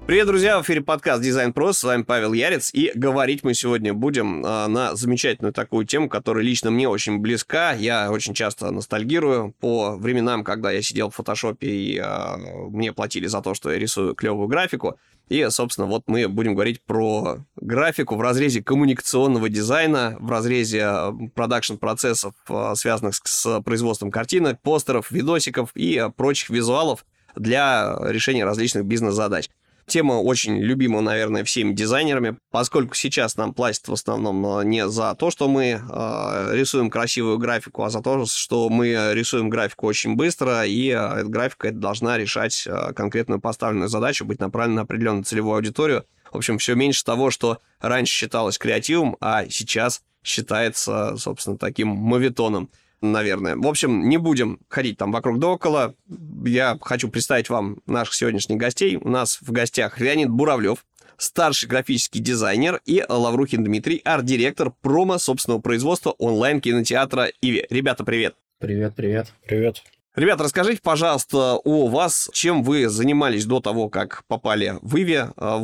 Привет, друзья! В эфире подкаст «Дизайн Про». С вами Павел Ярец. И говорить мы сегодня будем на замечательную такую тему, которая лично мне очень близка. Я очень часто ностальгирую по временам, когда я сидел в фотошопе и мне платили за то, что я рисую клевую графику. И, собственно, вот мы будем говорить про графику в разрезе коммуникационного дизайна, в разрезе продакшн-процессов, связанных с производством картинок, постеров, видосиков и прочих визуалов для решения различных бизнес-задач. Тема очень любима, наверное, всеми дизайнерами, поскольку сейчас нам платят в основном не за то, что мы рисуем красивую графику, а за то, что мы рисуем графику очень быстро, и эта графика должна решать конкретную поставленную задачу, быть направлена на определенную целевую аудиторию. В общем, все меньше того, что раньше считалось креативом, а сейчас считается, собственно, таким моветоном, наверное. В общем, не будем ходить там вокруг да около. Я хочу представить вам наших сегодняшних гостей. У нас в гостях Леонид Буравлев, старший графический дизайнер, и Лаврухин Дмитрий, арт-директор промо собственного производства онлайн-кинотеатра «Иви». Ребята, привет! Привет, привет. Привет. Ребята, расскажите, пожалуйста, о вас, чем вы занимались до того, как попали в Иви,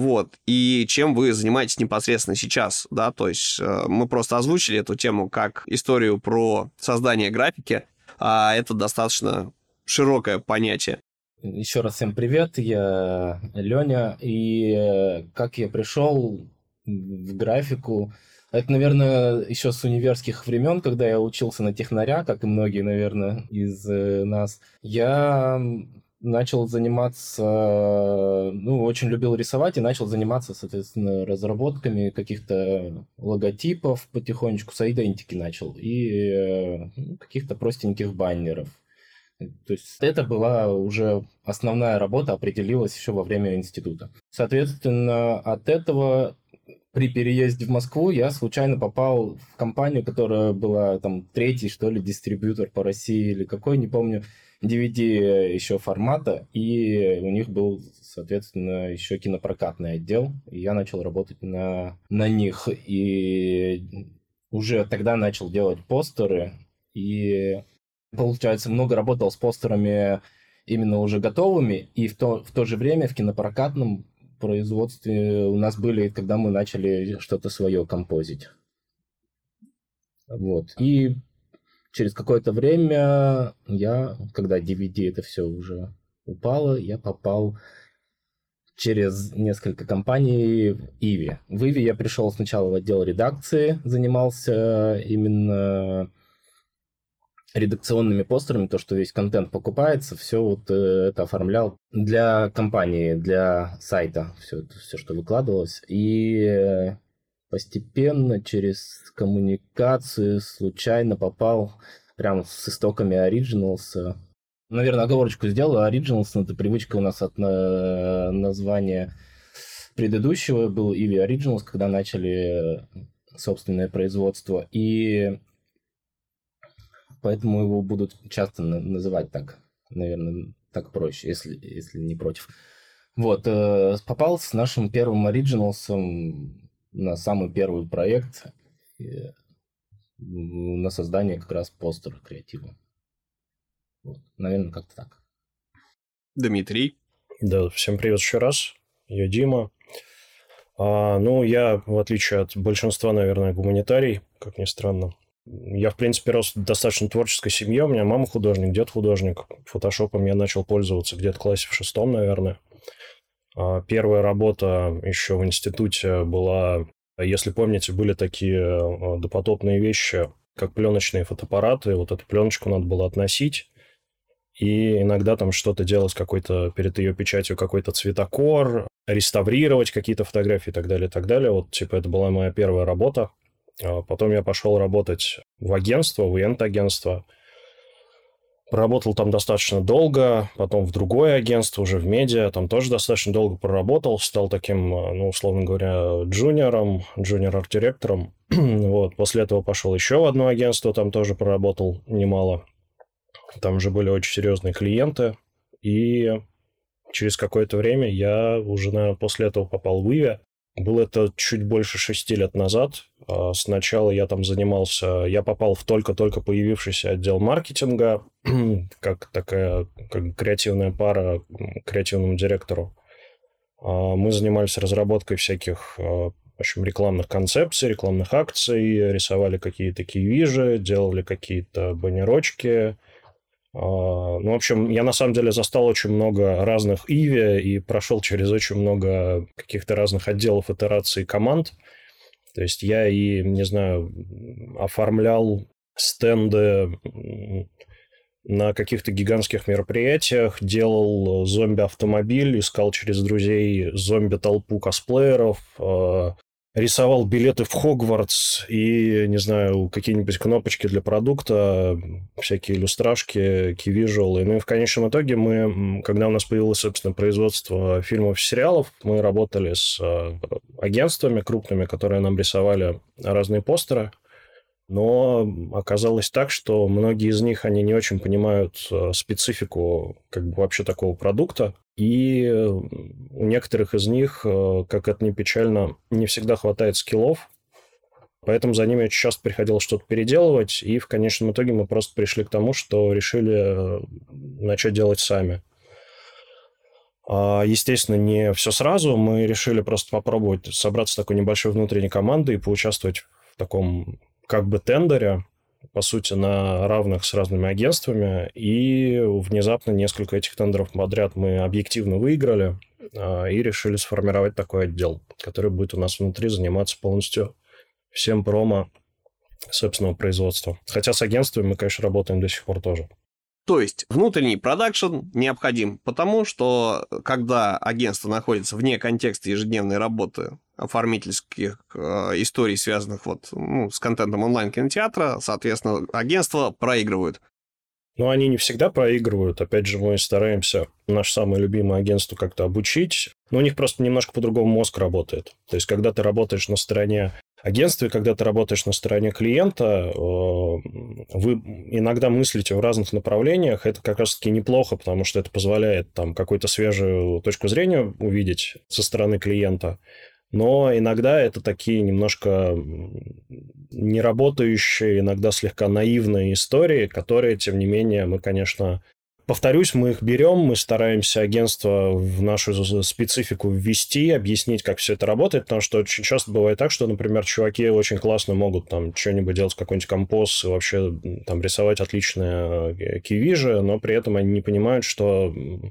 и чем вы занимаетесь непосредственно сейчас, да, то есть мы просто озвучили эту тему как историю про создание графики, а это достаточно широкое понятие. Еще раз всем привет, я Леня, и как я пришел в графику, это, наверное, еще с универских времен, когда я учился на технаря, как и многие, наверное, из нас. Я начал заниматься, очень любил рисовать и начал заниматься, соответственно, разработками каких-то логотипов потихонечку, с идентики начал, и каких-то простеньких баннеров. То есть это была уже основная работа, определилась еще во время института. Соответственно, от этого при переезде в Москву я случайно попал в компанию, которая была там третий, что ли, дистрибьютор по России или какой, не помню, DVD еще формата, и у них был, соответственно, еще кинопрокатный отдел, и я начал работать на них, и уже тогда начал делать постеры, и, получается, много работал с постерами именно уже готовыми, и в то же время в кинопрокатном производстве у нас были, когда мы начали что-то свое композить. Вот. И через какое-то время когда DVD это все уже упало, я попал через несколько компаний в Иви. В Иви я пришел сначала в отдел редакции, занимался именно редакционными постерами, то, что весь контент покупается, все вот это оформлял для компании, для сайта, все, что выкладывалось. И постепенно через коммуникацию случайно попал прямо с истоками Originals. Наверное, оговорочку сделаю. Originals — это привычка у нас от названия предыдущего. Был Ivi Originals, когда начали собственное производство. И поэтому его будут часто называть так. Наверное, так проще, если не против. Вот. Попал с нашим первым Originals на самый первый проект на создание как раз постера креатива. Вот. Наверное, как-то так. Дмитрий. Да, всем привет еще раз. Я Дима. Я, в отличие от большинства, наверное, гуманитарий, как ни странно. Я, в принципе, рос в достаточно творческой семье. У меня мама художник, дед художник. Фотошопом я начал пользоваться где-то в классе в 6, наверное. Первая работа еще в институте была, если помните, были такие допотопные вещи, как пленочные фотоаппараты. Вот эту пленочку надо было относить. И иногда там что-то делать, перед ее печатью какой-то цветокор, реставрировать какие-то фотографии и так далее, и так далее. Вот, это была моя первая работа. Потом я пошел работать в агентство, в ивент-агентство. Проработал там достаточно долго, потом в другое агентство, уже в медиа. Там тоже достаточно долго проработал. Стал таким, условно говоря, джуниор-арт-директором. Вот. После этого пошел еще в одно агентство, там тоже проработал немало. Там уже были очень серьезные клиенты. И через какое-то время я уже, наверное, после этого попал в Иви. Было это чуть больше 6 лет назад. Сначала я там занимался... Я попал в только-только появившийся отдел маркетинга, как такая креативная пара креативному директору. Мы занимались разработкой всяких, в общем, рекламных концепций, рекламных акций, рисовали какие-то кивижи, делали какие-то баннерочки. Ну, в общем, я на самом деле застал очень много разных Иви и прошел через очень много каких-то разных отделов, итераций команд. То есть я и, не знаю, оформлял стенды на каких-то гигантских мероприятиях, делал зомби-автомобиль, искал через друзей зомби-толпу косплееров, рисовал билеты в Хогвартс и, не знаю, какие-нибудь кнопочки для продукта, всякие иллюстрашки, кей-вижуалы. Ну и в конечном итоге мы, когда у нас появилось, собственно, производство фильмов и сериалов, мы работали с агентствами крупными, которые нам рисовали разные постеры. Но оказалось так, что многие из них, они не очень понимают специфику как бы вообще такого продукта. И у некоторых из них, как это ни печально, не всегда хватает скиллов. Поэтому за ними очень часто приходилось что-то переделывать. И в конечном итоге мы просто пришли к тому, что решили начать делать сами. Естественно, не все сразу. Мы решили просто попробовать собраться с такой небольшой внутренней командой и поучаствовать в таком как бы тендере, по сути, на равных с разными агентствами. И внезапно несколько этих тендеров подряд мы объективно выиграли и решили сформировать такой отдел, который будет у нас внутри заниматься полностью всем промо собственного производства. Хотя с агентствами мы, конечно, работаем до сих пор тоже. То есть внутренний продакшн необходим, потому что когда агентство находится вне контекста ежедневной работы оформительских историй, связанных с контентом онлайн-кинотеатра, соответственно, агентства проигрывают. Но они не всегда проигрывают. Опять же, мы стараемся наше самое любимое агентство как-то обучить. Но у них просто немножко по-другому мозг работает. То есть, когда ты работаешь на стороне агентства, и когда ты работаешь на стороне клиента, вы иногда мыслите в разных направлениях. Это как раз-таки неплохо, потому что это позволяет там какую-то свежую точку зрения увидеть со стороны клиента. Но иногда это такие немножко неработающие, иногда слегка наивные истории, которые, тем не менее, мы, конечно... Повторюсь, мы их берем, мы стараемся агентство в нашу специфику ввести, объяснить, как все это работает, потому что очень часто бывает так, что, например, чуваки очень классно могут там что-нибудь делать, какой-нибудь композ, и вообще там рисовать отличные кей-вижи, но при этом они не понимают, что...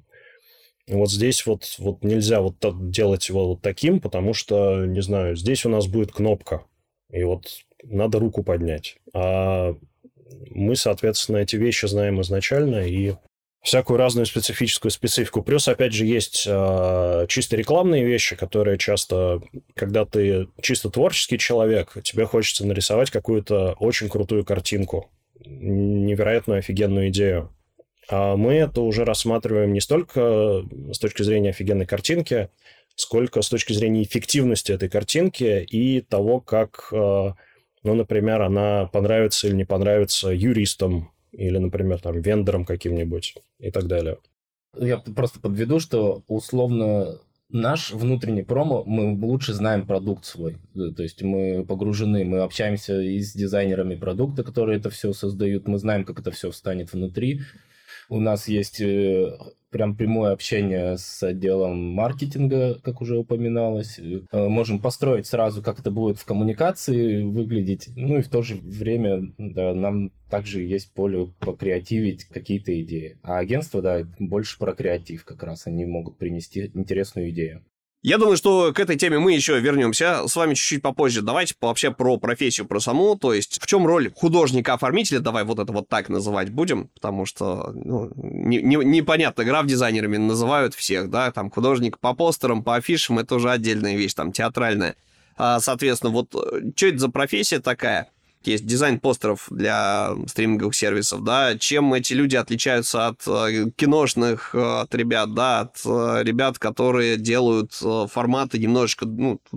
Вот здесь вот нельзя вот делать его вот таким, потому что, не знаю, здесь у нас будет кнопка, и вот надо руку поднять. А мы, соответственно, эти вещи знаем изначально и всякую разную специфику. Плюс, опять же, есть чисто рекламные вещи, которые часто, когда ты чисто творческий человек, тебе хочется нарисовать какую-то очень крутую картинку, невероятную офигенную идею. А мы это уже рассматриваем не столько с точки зрения офигенной картинки, сколько с точки зрения эффективности этой картинки и того, как, например, она понравится или не понравится юристам или, например, там, вендорам каким-нибудь и так далее. Я просто подведу, что условно наш внутренний промо, мы лучше знаем продукт свой. То есть мы погружены, мы общаемся и с дизайнерами продукта, которые это все создают, мы знаем, как это все встанет внутри. У нас есть прям прямое общение с отделом маркетинга, как уже упоминалось. Можем построить сразу, как это будет в коммуникации выглядеть. Ну и в то же время нам также есть поле покреативить какие-то идеи. А агентство, больше про креатив как раз. Они могут принести интересную идею. Я думаю, что к этой теме мы еще вернемся с вами чуть-чуть попозже. Давайте вообще про профессию, про саму. То есть в чем роль художника-оформителя, давай вот это вот так называть будем, потому что непонятно, граф-дизайнерами называют всех, да, там художник по постерам, по афишам, это уже отдельная вещь, там театральная. Соответственно, вот что это за профессия такая? Есть дизайн постеров для стриминговых сервисов, да, чем эти люди отличаются от киношных, от ребят, да, от ребят, которые делают форматы немножечко,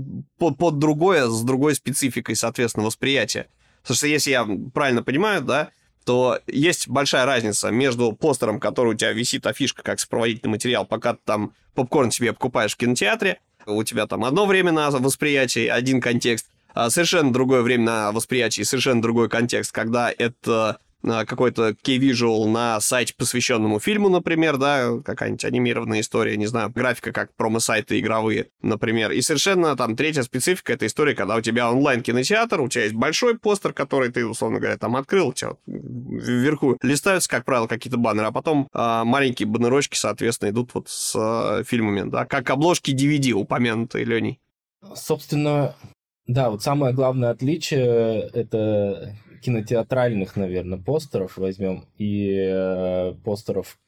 под другое, с другой спецификой, соответственно, восприятия. Потому что если я правильно понимаю, да, то есть большая разница между постером, который у тебя висит, афишка, как сопроводительный материал, пока ты там попкорн себе покупаешь в кинотеатре, у тебя там одно время на восприятие, один контекст, совершенно другое время на восприятие и совершенно другой контекст, когда это какой-то key-visual на сайте, посвященному фильму, например, да, какая-нибудь анимированная история, не знаю, графика, как промо-сайты игровые, например. И совершенно там третья специфика — это история, когда у тебя онлайн-кинотеатр, у тебя есть большой постер, который ты, условно говоря, там открыл, у тебя вот вверху листаются, как правило, какие-то баннеры, а потом маленькие баннерочки, соответственно, идут вот с фильмами, да, как обложки DVD, упомянутые Леней. Собственно, да, вот самое главное отличие — это кинотеатральных, наверное, постеров возьмем и постеров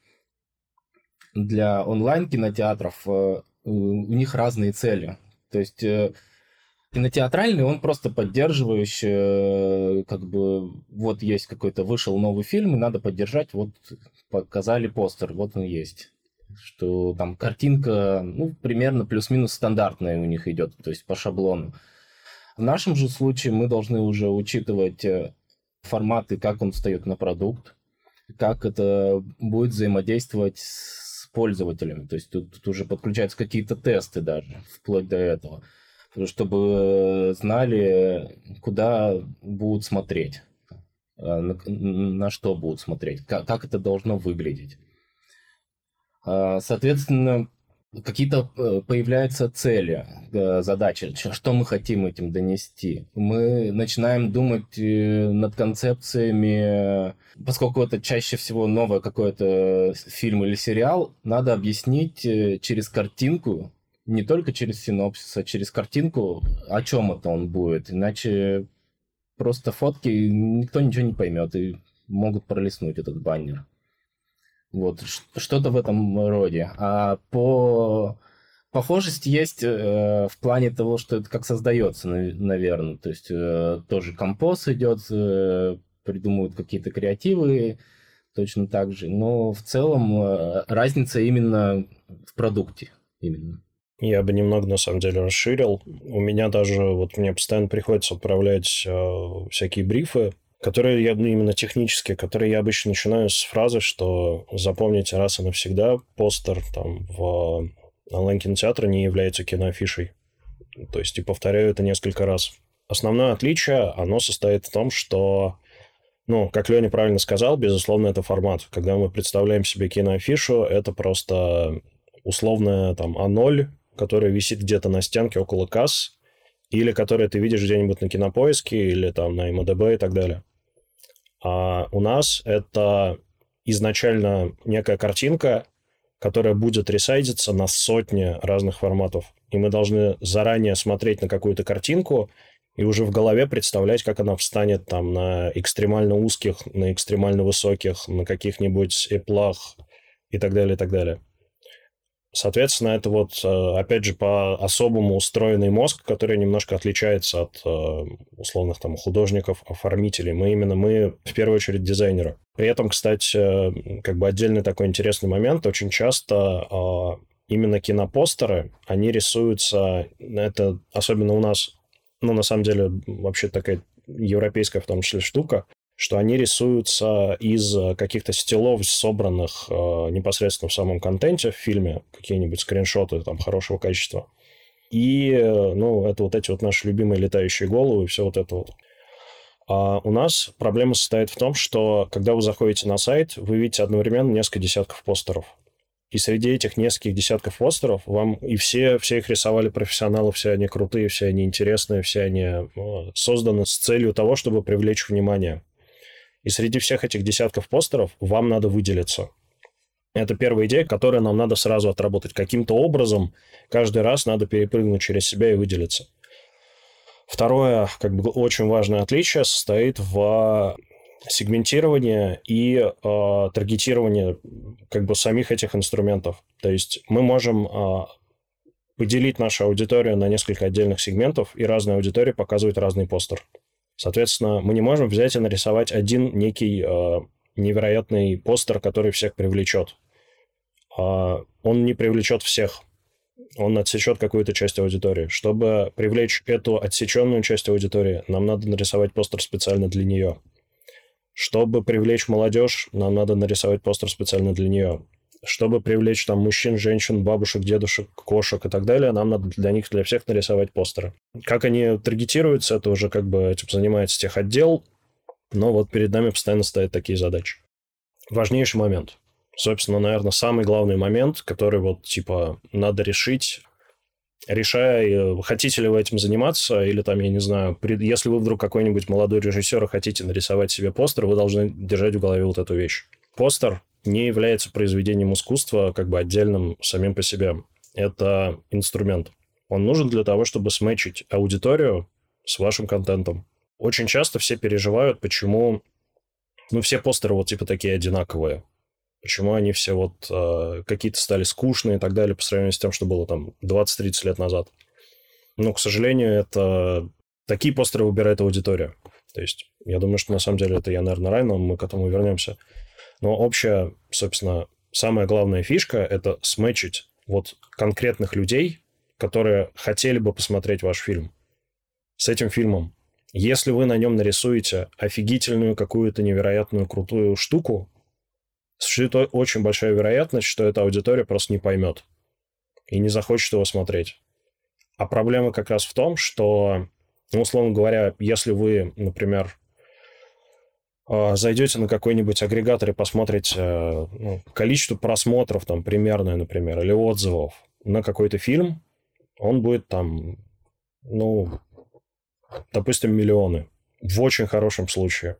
для онлайн-кинотеатров. У них разные цели. То есть кинотеатральный, он просто поддерживающий, как бы, вот есть какой-то, вышел новый фильм, и надо поддержать, вот показали постер, вот он есть. Что там картинка, ну, примерно плюс-минус стандартная у них идет, то есть по шаблону. В нашем же случае мы должны уже учитывать форматы, как он встает на продукт, как это будет взаимодействовать с пользователями. То есть тут уже подключаются какие-то тесты даже, вплоть до этого, чтобы знали, куда будут смотреть, на что будут смотреть, как это должно выглядеть. Соответственно, какие-то появляются цели, задачи, что мы хотим этим донести. Мы начинаем думать над концепциями, поскольку это чаще всего новый какой-то фильм или сериал, надо объяснить через картинку, не только через синопсис, а через картинку, о чем это он будет. Иначе просто фотки, никто ничего не поймет и могут пролистнуть этот баннер. Вот, что-то в этом роде. А по похожесть есть в плане того, что это как создается, наверное. То есть тоже композ идет, придумывают какие-то креативы точно так же. Но в целом разница именно в продукте. Именно. Я бы немного, на самом деле, расширил. У меня даже, вот мне постоянно приходится отправлять всякие брифы, которые я, именно технические, которые я обычно начинаю с фразы, что запомните раз и навсегда, постер там в онлайн-кинотеатре не является киноафишей. То есть, и повторяю это несколько раз. Основное отличие, оно состоит в том, что, ну, как Леня правильно сказал, безусловно, это формат. Когда мы представляем себе киноафишу, это просто условная там А0, которая висит где-то на стенке около касс, или которая ты видишь где-нибудь на Кинопоиске, или там на МДБ и так далее. А у нас это изначально некая картинка, которая будет ресайзиться на сотни разных форматов. И мы должны заранее смотреть на какую-то картинку и уже в голове представлять, как она встанет там на экстремально узких, на экстремально высоких, на каких-нибудь эплах и так далее, и так далее. Соответственно, это вот, опять же, по-особому устроенный мозг, который немножко отличается от условных там художников, оформителей. Мы в первую очередь дизайнеры. При этом, кстати, как бы отдельный такой интересный момент, очень часто именно кинопостеры, они рисуются, это особенно у нас, ну, на самом деле, вообще такая европейская в том числе штука, что они рисуются из каких-то стилов, собранных непосредственно в самом контенте в фильме, какие-нибудь скриншоты там хорошего качества. И, ну, это вот эти вот наши любимые летающие головы и все вот это вот. А у нас проблема состоит в том, что когда вы заходите на сайт, вы видите одновременно несколько десятков постеров. И среди этих нескольких десятков постеров вам и все их рисовали профессионалы, все они крутые, все они интересные, все они созданы с целью того, чтобы привлечь внимание. И среди всех этих десятков постеров вам надо выделиться. Это первая идея, которую нам надо сразу отработать. Каким-то образом каждый раз надо перепрыгнуть через себя и выделиться. Второе, как бы очень важное отличие состоит в сегментировании и таргетировании как бы самих этих инструментов. То есть мы можем поделить нашу аудиторию на несколько отдельных сегментов, и разной аудитории показывать разный постер. Соответственно, мы не можем взять и нарисовать один некий невероятный постер, который всех привлечет. Он не привлечет всех. Он отсечет какую-то часть аудитории. Чтобы привлечь эту отсеченную часть аудитории, нам надо нарисовать постер специально для нее. Чтобы привлечь молодежь, нам надо нарисовать постер специально для нее. Чтобы привлечь там мужчин, женщин, бабушек, дедушек, кошек и так далее, нам надо для всех нарисовать постеры. Как они таргетируются, это уже как бы этим занимается техотдел. Но вот перед нами постоянно стоят такие задачи. Важнейший момент. Собственно, наверное, самый главный момент, который вот, типа, надо решить, решая, хотите ли вы этим заниматься, или там, я не знаю, если вы вдруг какой-нибудь молодой режиссер и хотите нарисовать себе постер, вы должны держать в голове вот эту вещь. Постер не является произведением искусства как бы отдельным самим по себе. Это инструмент. Он нужен для того, чтобы сметчить аудиторию с вашим контентом. Очень часто все переживают, почему... все постеры вот типа такие одинаковые. Почему они все вот какие-то стали скучные и так далее по сравнению с тем, что было там 20-30 лет назад. Но, к сожалению, это такие постеры выбирает аудитория. То есть, я думаю, что на самом деле это я, наверное, рано, мы к этому вернемся. Но общая, собственно, самая главная фишка – это сметчить вот конкретных людей, которые хотели бы посмотреть ваш фильм с этим фильмом. Если вы на нем нарисуете офигительную какую-то невероятную крутую штуку, существует очень большая вероятность, что эта аудитория просто не поймет и не захочет его смотреть. А проблема как раз в том, что, условно говоря, если вы, например, зайдете на какой-нибудь агрегатор и посмотрите количество просмотров там примерное, например, или отзывов на какой-то фильм, он будет там, допустим, миллионы. В очень хорошем случае.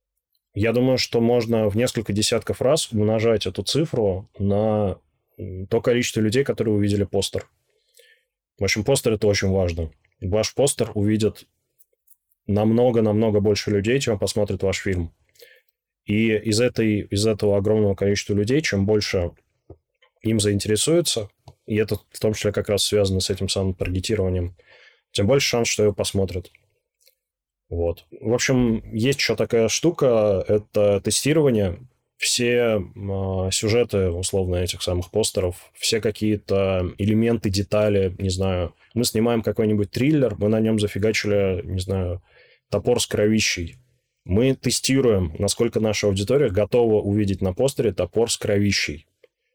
Я думаю, что можно в несколько десятков раз умножать эту цифру на то количество людей, которые увидели постер. В общем, постер – это очень важно. Ваш постер увидит намного-намного больше людей, чем посмотрит ваш фильм. И из этого огромного количества людей, чем больше им заинтересуется, и это в том числе как раз связано с этим самым таргетированием, тем больше шанс, что его посмотрят. Вот. В общем, есть еще такая штука, это тестирование. Все сюжеты, условно, этих самых постеров, все какие-то элементы, детали, не знаю. Мы снимаем какой-нибудь триллер, мы на нем зафигачили, не знаю, топор с кровищей. Мы тестируем, насколько наша аудитория готова увидеть на постере топор с кровищей.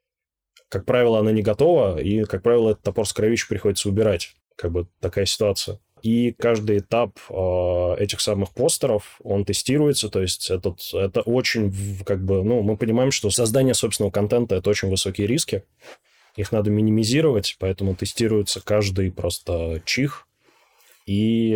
Как правило, она не готова, и, как правило, этот топор с кровищей приходится убирать. Как бы такая ситуация. И каждый этап этих самых постеров, он тестируется, то есть это очень, мы понимаем, что создание собственного контента – это очень высокие риски, их надо минимизировать, поэтому тестируется каждый просто чих, и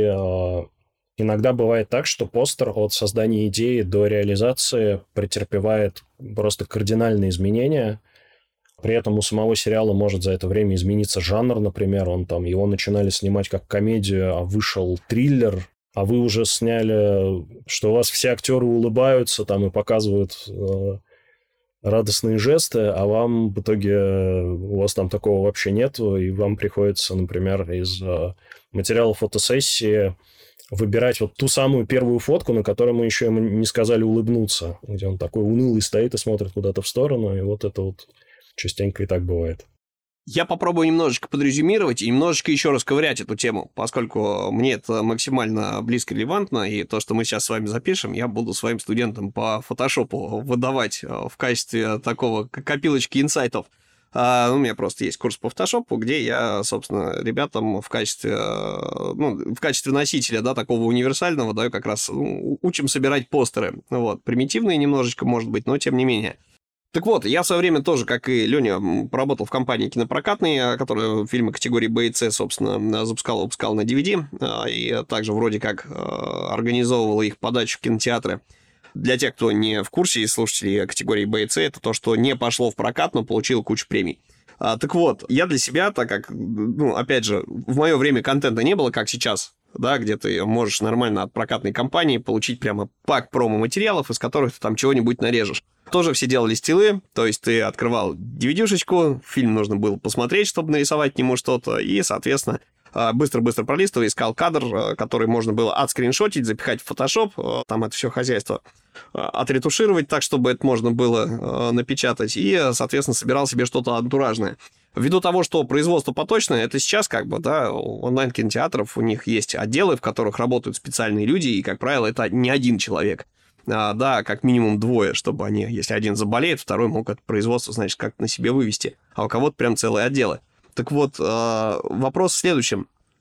иногда бывает так, что постер от создания идеи до реализации претерпевает просто кардинальные изменения. При этом у самого сериала может за это время измениться жанр, например. Его начинали снимать как комедию, а вышел триллер, а вы уже сняли, что у вас все актеры улыбаются там и показывают радостные жесты, а вам в итоге у вас там такого вообще нету, и вам приходится, например, из материала фотосессии выбирать вот ту самую первую фотку, на которой мы еще ему не сказали улыбнуться, где он такой унылый стоит и смотрит куда-то в сторону, и вот это вот частенько и так бывает. Я попробую немножечко подрезюмировать и немножечко еще расковырять эту тему, поскольку мне это максимально близко релевантно, и то, что мы сейчас с вами запишем, я буду своим студентам по фотошопу выдавать в качестве такого копилочки инсайтов. У меня просто есть курс по фотошопу, где я, собственно, ребятам в качестве носителя, такого универсального, даю как раз, учим собирать постеры. Вот. Примитивные немножечко, может быть, но тем не менее. Так вот, я в свое время тоже, как и Леня, поработал в компании кинопрокатной, которая фильмы категории Б и С, собственно, выпускала на DVD, и также вроде как организовывала их подачу в кинотеатры. Для тех, кто не в курсе, и слушателей категории Б и С, это то, что не пошло в прокат, но получило кучу премий. Так вот, я для себя, так как, опять же, в мое время контента не было, как сейчас, где ты можешь нормально от прокатной компании получить прямо пак промо-материалов, из которых ты там чего-нибудь нарежешь. Тоже все делали стилы, то есть ты открывал DVD-шечку, фильм нужно было посмотреть, чтобы нарисовать к нему что-то, и, соответственно, быстро-быстро пролистывая, искал кадр, который можно было отскриншотить, запихать в Photoshop, там это все хозяйство, отретушировать так, чтобы это можно было напечатать, и, соответственно, собирал себе что-то антуражное. Ввиду того, что производство поточное, это сейчас у онлайн-кинотеатров у них есть отделы, в которых работают специальные люди, и, как правило, это не один человек. Как минимум двое, чтобы они, если один заболеет, второй мог это производство, значит, как-то на себе вывести. А у кого-то прям целые отделы. Так вот, вопрос в следующем.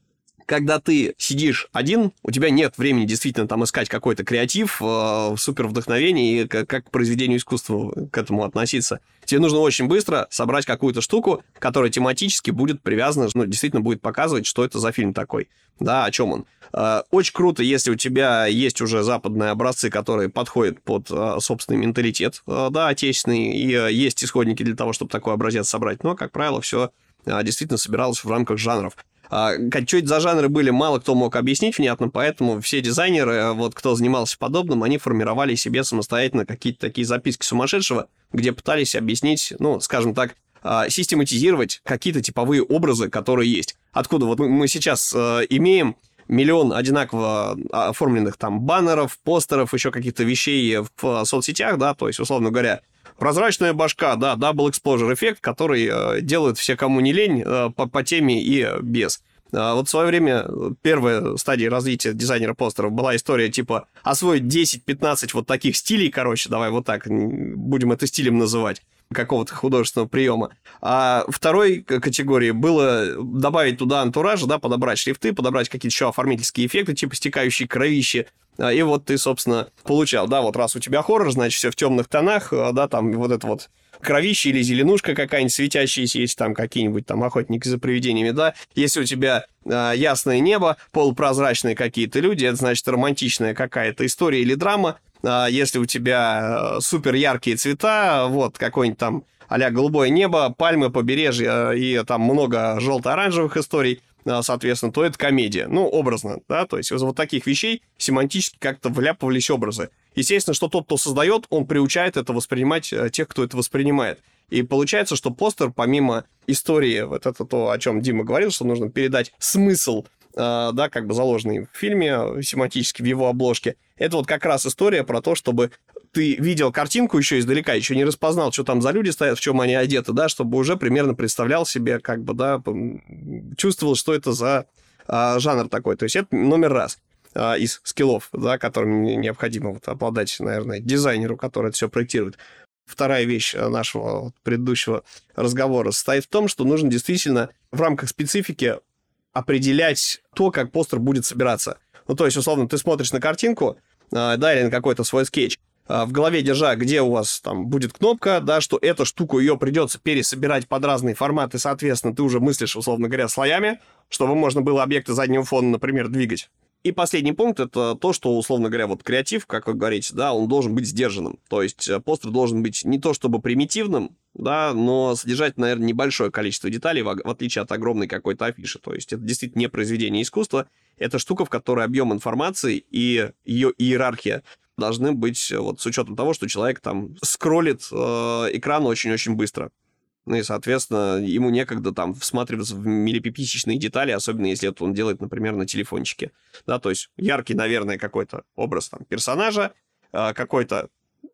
когда ты сидишь один, у тебя нет времени действительно там искать какой-то креатив, супер вдохновение и как к произведению искусства к этому относиться. Тебе нужно очень быстро собрать какую-то штуку, которая тематически будет привязана, действительно будет показывать, что это за фильм такой, да, о чем он. Очень круто, если у тебя есть уже западные образцы, которые подходят под собственный менталитет, да, отечественный, и есть исходники для того, чтобы такой образец собрать. Но, как правило, все действительно собиралось в рамках жанров. Что это за жанры были, мало кто мог объяснить внятно, поэтому все дизайнеры, вот кто занимался подобным, они формировали себе самостоятельно какие-то такие записки сумасшедшего, где пытались объяснить, скажем так, систематизировать какие-то типовые образы, которые есть. Откуда вот мы сейчас имеем миллион одинаково оформленных там баннеров, постеров, еще каких-то вещей в соцсетях, да, то есть, условно говоря, прозрачная башка, да, Double Exposure эффект, который делают все, кому не лень, по теме и без. Вот в свое время первая стадия развития дизайнера постеров была история типа освоить 10-15 вот таких стилей, короче, давай вот так будем это стилем называть, какого-то художественного приема. А второй категории было добавить туда антуража, да, подобрать шрифты, подобрать какие-то еще оформительские эффекты, типа стекающие кровищи. И вот ты, собственно, получал, да, вот раз у тебя хоррор, значит, все в темных тонах, да, там вот это вот кровище или зеленушка какая-нибудь светящаяся, есть там какие-нибудь там охотники за привидениями, да. Если у тебя ясное небо, полупрозрачные какие-то люди, это значит романтичная какая-то история или драма. Если у тебя супер яркие цвета, вот какой-нибудь там а-ля голубое небо, пальмы, побережье и там много желто-оранжевых историй, соответственно, то это комедия. Образно, да, то есть из вот таких вещей семантически как-то вляпывались образы. Естественно, что тот, кто создает, он приучает это воспринимать тех, кто это воспринимает. И получается, что постер, помимо истории, вот это то, о чем Дима говорил, что нужно передать смысл, да, как бы заложенный в фильме, семантически в его обложке, это вот как раз история про то, чтобы ты видел картинку еще издалека, еще не распознал, что там за люди стоят, в чем они одеты, да, чтобы уже примерно представлял себе, как бы, да, чувствовал, что это за жанр такой. То есть это номер раз из скиллов, да, которыми необходимо вот обладать, наверное, дизайнеру, который это все проектирует. Вторая вещь нашего предыдущего разговора состоит в том, что нужно действительно в рамках специфики определять то, как постер будет собираться. То есть, условно, ты смотришь на картинку, да, или на какой-то свой скетч, в голове держа, где у вас там будет кнопка, да, что эту штуку ее придется пересобирать под разные форматы, соответственно, ты уже мыслишь, условно говоря, слоями, чтобы можно было объекты заднего фона, например, двигать. И последний пункт — это то, что, условно говоря, вот креатив, как вы говорите, да, он должен быть сдержанным. То есть постер должен быть не то чтобы примитивным, да, но содержать, наверное, небольшое количество деталей, в отличие от огромной какой-то афиши. То есть это действительно не произведение искусства, это штука, в которой объем информации и ее иерархия должны быть вот с учетом того, что человек там скроллит экран очень-очень быстро. И, соответственно, ему некогда там всматриваться в миллипиписечные детали, особенно если это он делает, например, на телефончике. Да, то есть яркий, наверное, какой-то образ там персонажа, какой-то,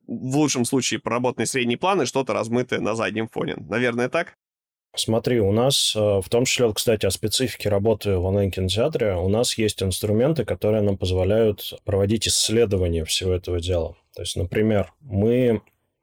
в лучшем случае, проработанный средний план и что-то размытое на заднем фоне. Наверное, так? Смотри, у нас, в том числе, кстати, о специфике работы в онлайн-кинотеатре, у нас есть инструменты, которые нам позволяют проводить исследования всего этого дела. То есть, например, мы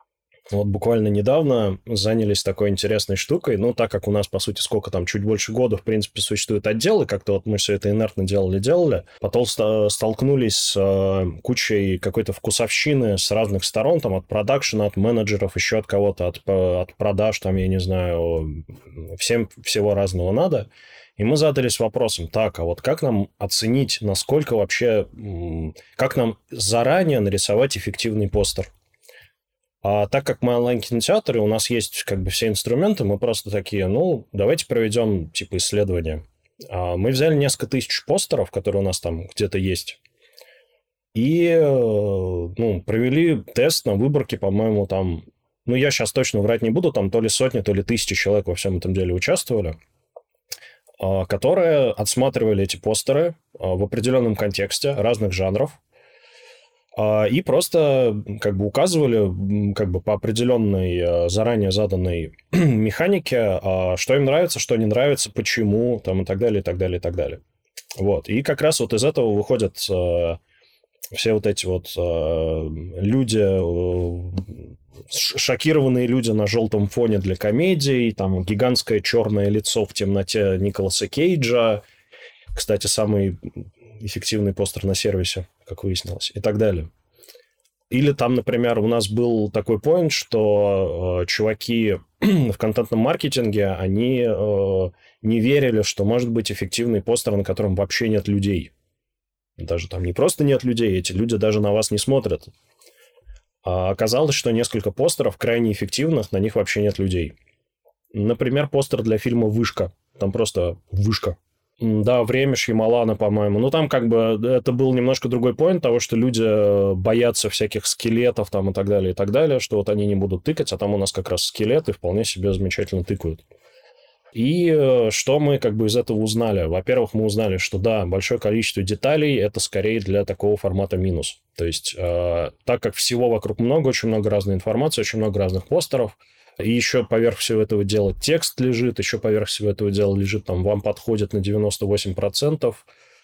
вот буквально недавно занялись такой интересной штукой. Так как у нас, по сути, сколько там, чуть больше года, в принципе, существуют отделы, как-то вот мы все это инертно делали, потом столкнулись с кучей какой-то вкусовщины с разных сторон, там, от продакшена, от менеджеров, еще от кого-то, от продаж, там, я не знаю, всем всего разного надо. И мы задались вопросом, так, а вот как нам оценить, насколько вообще, как нам заранее нарисовать эффективный постер? А так как мы онлайн-кинотеатры, у нас есть как бы все инструменты, мы просто такие, давайте проведем типа исследования. Мы взяли несколько тысяч постеров, которые у нас там где-то есть, и провели тест на выборке, по-моему, там, я сейчас точно врать не буду, там то ли сотни, то ли тысячи человек во всем этом деле участвовали, которые отсматривали эти постеры в определенном контексте разных жанров, и просто как бы указывали как бы по определенной заранее заданной механике, что им нравится, что не нравится, почему, там, и так далее, и так далее, и так далее. Вот. И как раз вот из этого выходят все вот эти вот люди, шокированные люди на желтом фоне для комедий, там гигантское черное лицо в темноте Николаса Кейджа, кстати, самый эффективный постер на сервисе, как выяснилось, и так далее. Или там, например, у нас был такой поинт, что чуваки в контентном маркетинге, они не верили, что может быть эффективный постер, на котором вообще нет людей. Даже там не просто нет людей, эти люди даже на вас не смотрят. А оказалось, что несколько постеров крайне эффективных, на них вообще нет людей. Например, постер для фильма «Вышка». Там просто «Вышка». Да, «Время» Шьямалана, по-моему. Ну, там как бы это был немножко другой поинт того, что люди боятся всяких скелетов там и так далее, что вот они не будут тыкать, а там у нас как раз скелеты вполне себе замечательно тыкают. И что мы как бы из этого узнали? Во-первых, мы узнали, что да, большое количество деталей – это скорее для такого формата минус. То есть, так как всего вокруг много, очень много разной информации, очень много разных постеров, и еще поверх всего этого дела текст лежит, еще поверх всего этого дела лежит, там, вам подходит на 98%,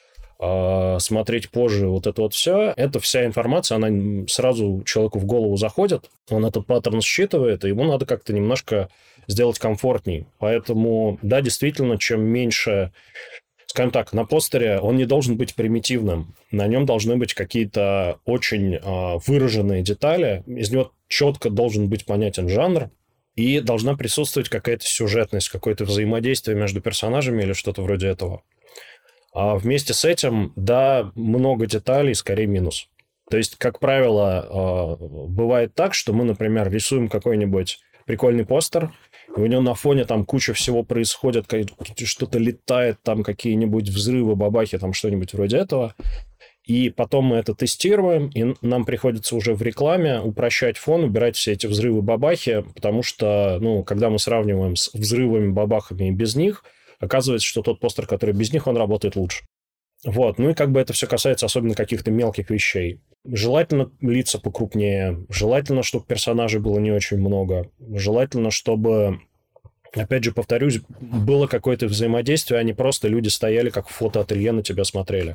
смотреть позже вот это вот все, эта вся информация, она сразу человеку в голову заходит, он этот паттерн считывает, и ему надо как-то немножко сделать комфортней. Поэтому, да, действительно, чем меньше, скажем так, на постере он не должен быть примитивным, на нем должны быть какие-то очень выраженные детали, из него четко должен быть понятен жанр, и должна присутствовать какая-то сюжетность, какое-то взаимодействие между персонажами или что-то вроде этого. А вместе с этим, да, много деталей, скорее минус. То есть, как правило, бывает так, что мы, например, рисуем какой-нибудь прикольный постер, и у него на фоне там куча всего происходит, что-то летает, там какие-нибудь взрывы, бабахи, там что-нибудь вроде этого. И потом мы это тестируем, и нам приходится уже в рекламе упрощать фон, убирать все эти взрывы-бабахи, потому что, ну, когда мы сравниваем с взрывами-бабахами и без них, оказывается, что тот постер, который без них, он работает лучше. Вот, ну и как бы это все касается особенно каких-то мелких вещей. Желательно лица покрупнее, желательно, чтобы персонажей было не очень много, желательно, чтобы, опять же, повторюсь, было какое-то взаимодействие, а не просто люди стояли как в фотоателье на тебя смотрели.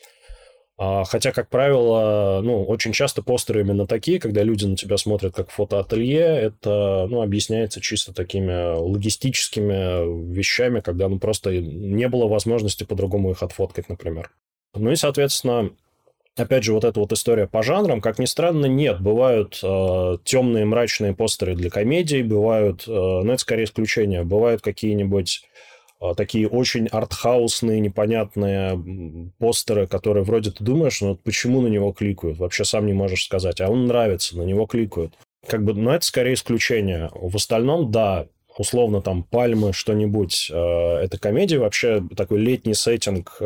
Хотя, как правило, ну, очень часто постеры именно такие, когда люди на тебя смотрят как фотоателье, это, ну, объясняется чисто такими логистическими вещами, когда, ну, просто не было возможности по-другому их отфоткать, например. Ну и, соответственно, опять же, вот эта вот история по жанрам, как ни странно, нет. Бывают темные мрачные постеры для комедий, бывают, ну, это скорее исключение, бывают какие-нибудь такие очень артхаусные, непонятные постеры, которые вроде ты думаешь, ну, почему на него кликают? Вообще сам не можешь сказать. А он нравится, на него кликают. Как бы, ну, это скорее исключение. В остальном, да, условно, там, «Пальмы», что-нибудь. Это комедия, вообще такой летний сеттинг.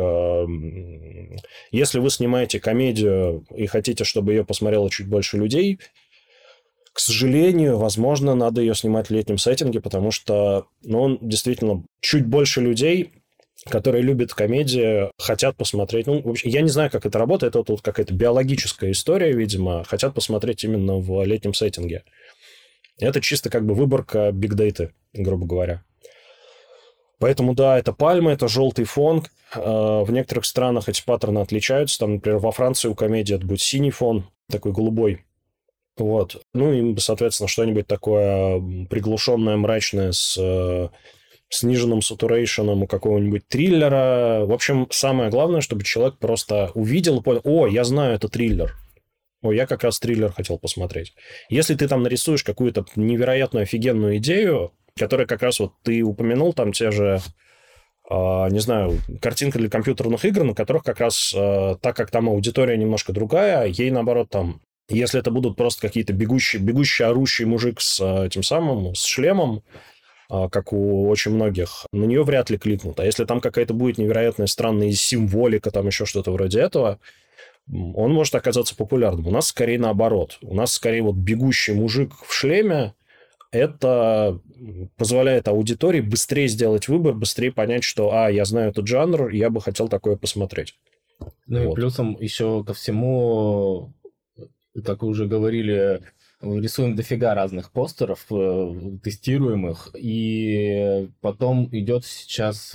Если вы снимаете комедию и хотите, чтобы ее посмотрело чуть больше людей, к сожалению, возможно, надо ее снимать в летнем сеттинге, потому что, ну, он действительно чуть больше людей, которые любят комедии, хотят посмотреть. Ну, в общем, я не знаю, как это работает. Это вот какая-то биологическая история, видимо. Хотят посмотреть именно в летнем сеттинге. Это чисто как бы выборка бигдейты, грубо говоря. Поэтому, да, это пальмы, это желтый фон. В некоторых странах эти паттерны отличаются. Там, например, во Франции у комедии это будет синий фон, такой голубой. Вот. Ну и, соответственно, что-нибудь такое приглушенное, мрачное с сниженным сатурейшеном у какого-нибудь триллера. В общем, самое главное, чтобы человек просто увидел и понял: о, я знаю, это триллер. О, я как раз триллер хотел посмотреть. Если ты там нарисуешь какую-то невероятную офигенную идею, которая как раз вот ты упомянул, там те же, не знаю, картинка для компьютерных игр, на которых как раз, так как там аудитория немножко другая, ей наоборот там, если это будут просто какие-то бегущий, орущий мужик с этим самым, с шлемом, как у очень многих, на нее вряд ли кликнут. А если там какая-то будет невероятная странная символика, там еще что-то вроде этого, он может оказаться популярным. У нас скорее наоборот. У нас скорее вот бегущий мужик в шлеме, это позволяет аудитории быстрее сделать выбор, быстрее понять, что, я знаю этот жанр, я бы хотел такое посмотреть. Ну вот. И плюсом еще ко всему, как вы уже говорили, рисуем дофига разных постеров, тестируем их, и потом идет сейчас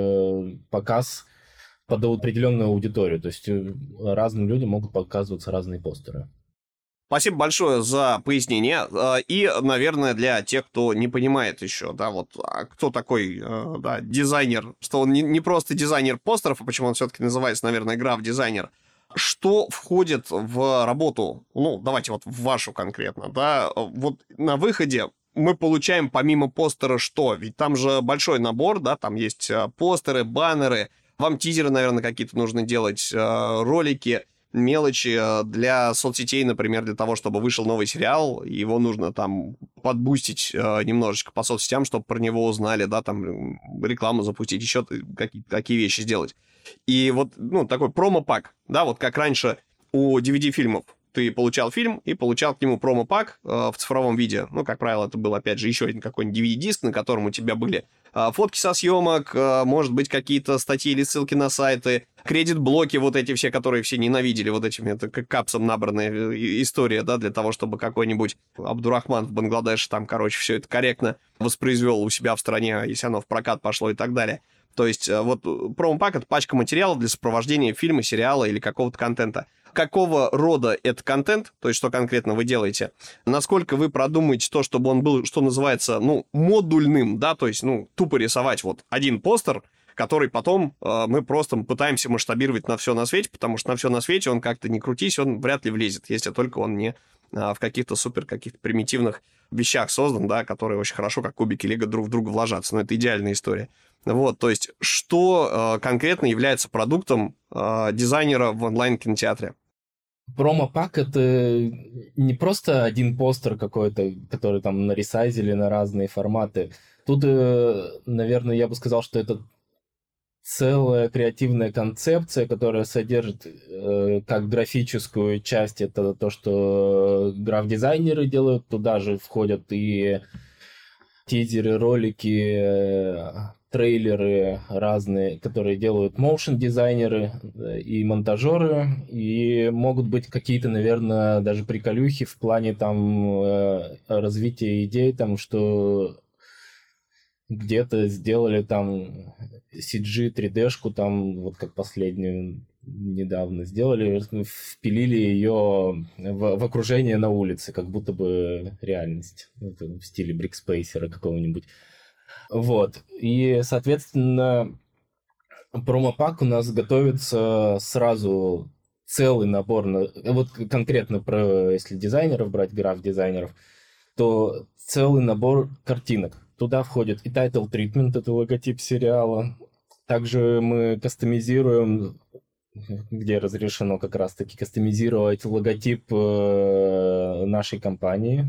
показ под определенную аудиторию. То есть разным людям могут показываться разные постеры. Спасибо большое за пояснение. И, наверное, для тех, кто не понимает еще, да, вот, кто такой, да, дизайнер, что он не просто дизайнер постеров, а почему он все-таки называется, наверное, граф-дизайнер. Что входит в работу, ну, давайте вот в вашу конкретно, да, вот на выходе мы получаем помимо постера что? Ведь там же большой набор, да, там есть постеры, баннеры, вам тизеры, наверное, какие-то нужно делать, ролики, мелочи для соцсетей, например, для того, чтобы вышел новый сериал, его нужно там подбустить немножечко по соцсетям, чтобы про него узнали, да, там рекламу запустить, еще какие-то такие вещи сделать. И вот, ну, такой промо-пак, да, вот как раньше у DVD-фильмов. Ты получал фильм и получал к нему промо-пак в цифровом виде. Ну, как правило, это был, опять же, еще один какой-нибудь DVD-диск, на котором у тебя были фотки со съемок, может быть, какие-то статьи или ссылки на сайты, кредит-блоки вот эти все, которые все ненавидели вот этими, это как капсом набранная история, да, для того, чтобы какой-нибудь Абдурахман в Бангладеше там, короче, все это корректно воспроизвел у себя в стране, если оно в прокат пошло и так далее. То есть вот промо-пак — это пачка материалов для сопровождения фильма, сериала или какого-то контента. Какого рода это контент, то есть что конкретно вы делаете, насколько вы продумаете то, чтобы он был, что называется, ну, модульным, да, то есть, ну, тупо рисовать вот один постер, который потом мы просто пытаемся масштабировать на все на свете, потому что на все на свете он как-то не крутись, он вряд ли влезет, если только он не в каких-то супер каких-то примитивных вещах создан, да, которые очень хорошо, как кубики лего, друг в друга вложатся. Но это идеальная история. Вот, то есть, что конкретно является продуктом дизайнера в онлайн-кинотеатре? Промо-пак — это не просто один постер какой-то, который там наресайзили на разные форматы. Тут, наверное, я бы сказал, что это целая креативная концепция, которая содержит как графическую часть, это то, что граф-дизайнеры делают, туда же входят и тизеры, ролики, трейлеры разные, которые делают моушн-дизайнеры и монтажеры, и могут быть какие-то, наверное, даже приколюхи в плане там развития идей, там, что где-то сделали там CG 3D-шку, там, вот как последнюю недавно сделали, впилили ее в окружение на улице, как будто бы реальность, в стиле Брикспейсера какого-нибудь. Вот. И, соответственно, промо-пак у нас готовится сразу целый набор, вот конкретно про, если дизайнеров брать, граф-дизайнеров, то целый набор картинок. Туда входит и title treatment, это логотип сериала. Также мы кастомизируем, где разрешено как раз-таки кастомизировать логотип нашей компании.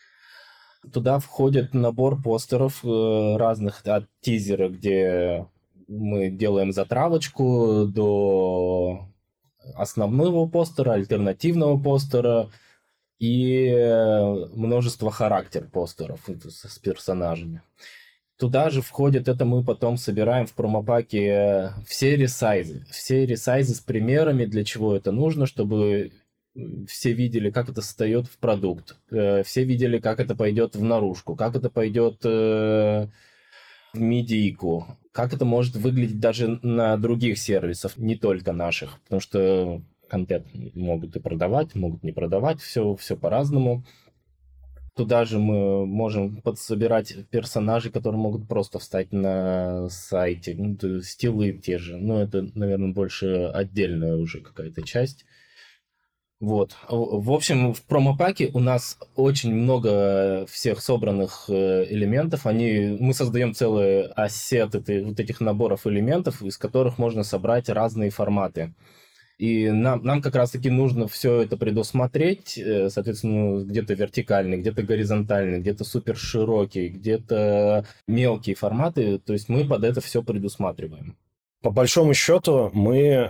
Туда входит набор постеров разных, от тизера, где мы делаем затравочку, до основного постера, альтернативного постера и множество характер-постеров с персонажами. Туда же входит, это мы потом собираем в промопаке все ресайзы. Все ресайзы с примерами, для чего это нужно, чтобы все видели, как это встает в продукт. Все видели, как это пойдет в наружку, как это пойдет в медийку, как это может выглядеть даже на других сервисах, не только наших. Потому что контент могут и продавать, могут не продавать, все по-разному. Туда же мы можем подсобирать персонажей, которые могут просто встать на сайте. Ну, стилы те же. Но это, наверное, больше отдельная уже какая-то часть. Вот. В общем, в промо-паке у нас очень много всех собранных элементов. Мы создаем целый ассет вот этих наборов элементов, из которых можно собрать разные форматы. И нам как раз-таки нужно все это предусмотреть, соответственно, где-то вертикальный, где-то горизонтальный, где-то супер широкий, где-то мелкие форматы. То есть мы под это все предусматриваем. По большому счету мы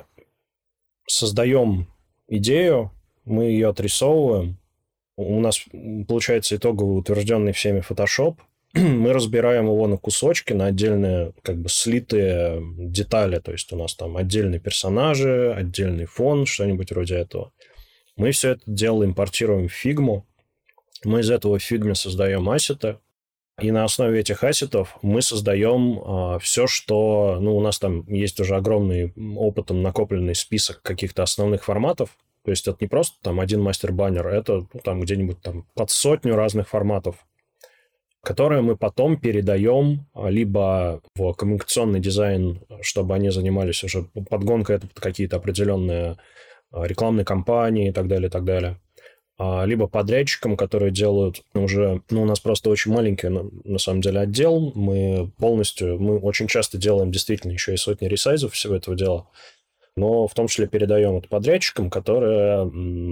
создаем идею, мы ее отрисовываем. У нас получается итоговый утвержденный всеми Photoshop. Мы разбираем его на кусочки, на отдельные как бы слитые детали. То есть у нас там отдельные персонажи, отдельный фон, что-нибудь вроде этого. Мы все это дело импортируем в Figma. Мы из этого в Figma создаем ассеты. И на основе этих ассетов мы создаем все, что... Ну, у нас там есть уже огромный опытом накопленный список каких-то основных форматов, То есть это не просто там один мастер-баннер, это там где-нибудь там под 100 разных форматов, которые мы потом передаем либо в коммуникационный дизайн, чтобы они занимались уже подгонкой, это под какие-то определенные рекламные кампании и так далее, и так далее. Либо подрядчикам, которые делают уже... у нас просто очень маленький, на самом деле, отдел. Мы очень часто делаем действительно еще и сотни ресайзов всего этого дела. Но в том числе передаем это подрядчикам, которые,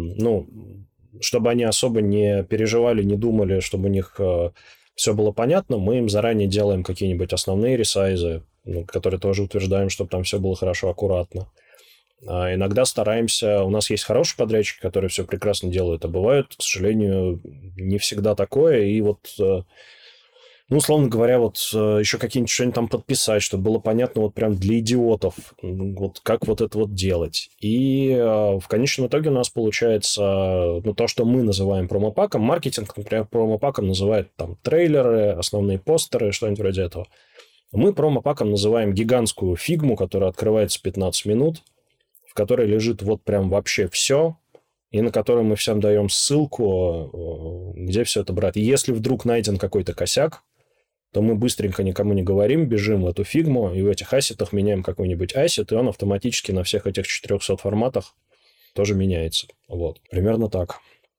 чтобы они особо не переживали, не думали, чтобы у них все было понятно, мы им заранее делаем какие-нибудь основные ресайзы, которые тоже утверждаем, чтобы там все было хорошо, аккуратно. Иногда стараемся... У нас есть хорошие подрядчики, которые все прекрасно делают, а бывает, к сожалению, не всегда такое. И условно говоря, еще какие-нибудь что-нибудь там подписать, чтобы было понятно прям для идиотов, как это делать. И в конечном итоге у нас получается то, что мы называем промопаком. Маркетинг, например, промопаком называет там трейлеры, основные постеры, что-нибудь вроде этого. Мы промопаком называем гигантскую фигму, которая открывается 15 минут, в которой лежит прям вообще все, и на которой мы всем даем ссылку, где все это брать. И если вдруг найден какой-то косяк, то мы быстренько никому не говорим, бежим в эту фигму, и в этих ассетах меняем какой-нибудь ассет, и он автоматически на всех этих 400 форматах тоже меняется. Примерно так.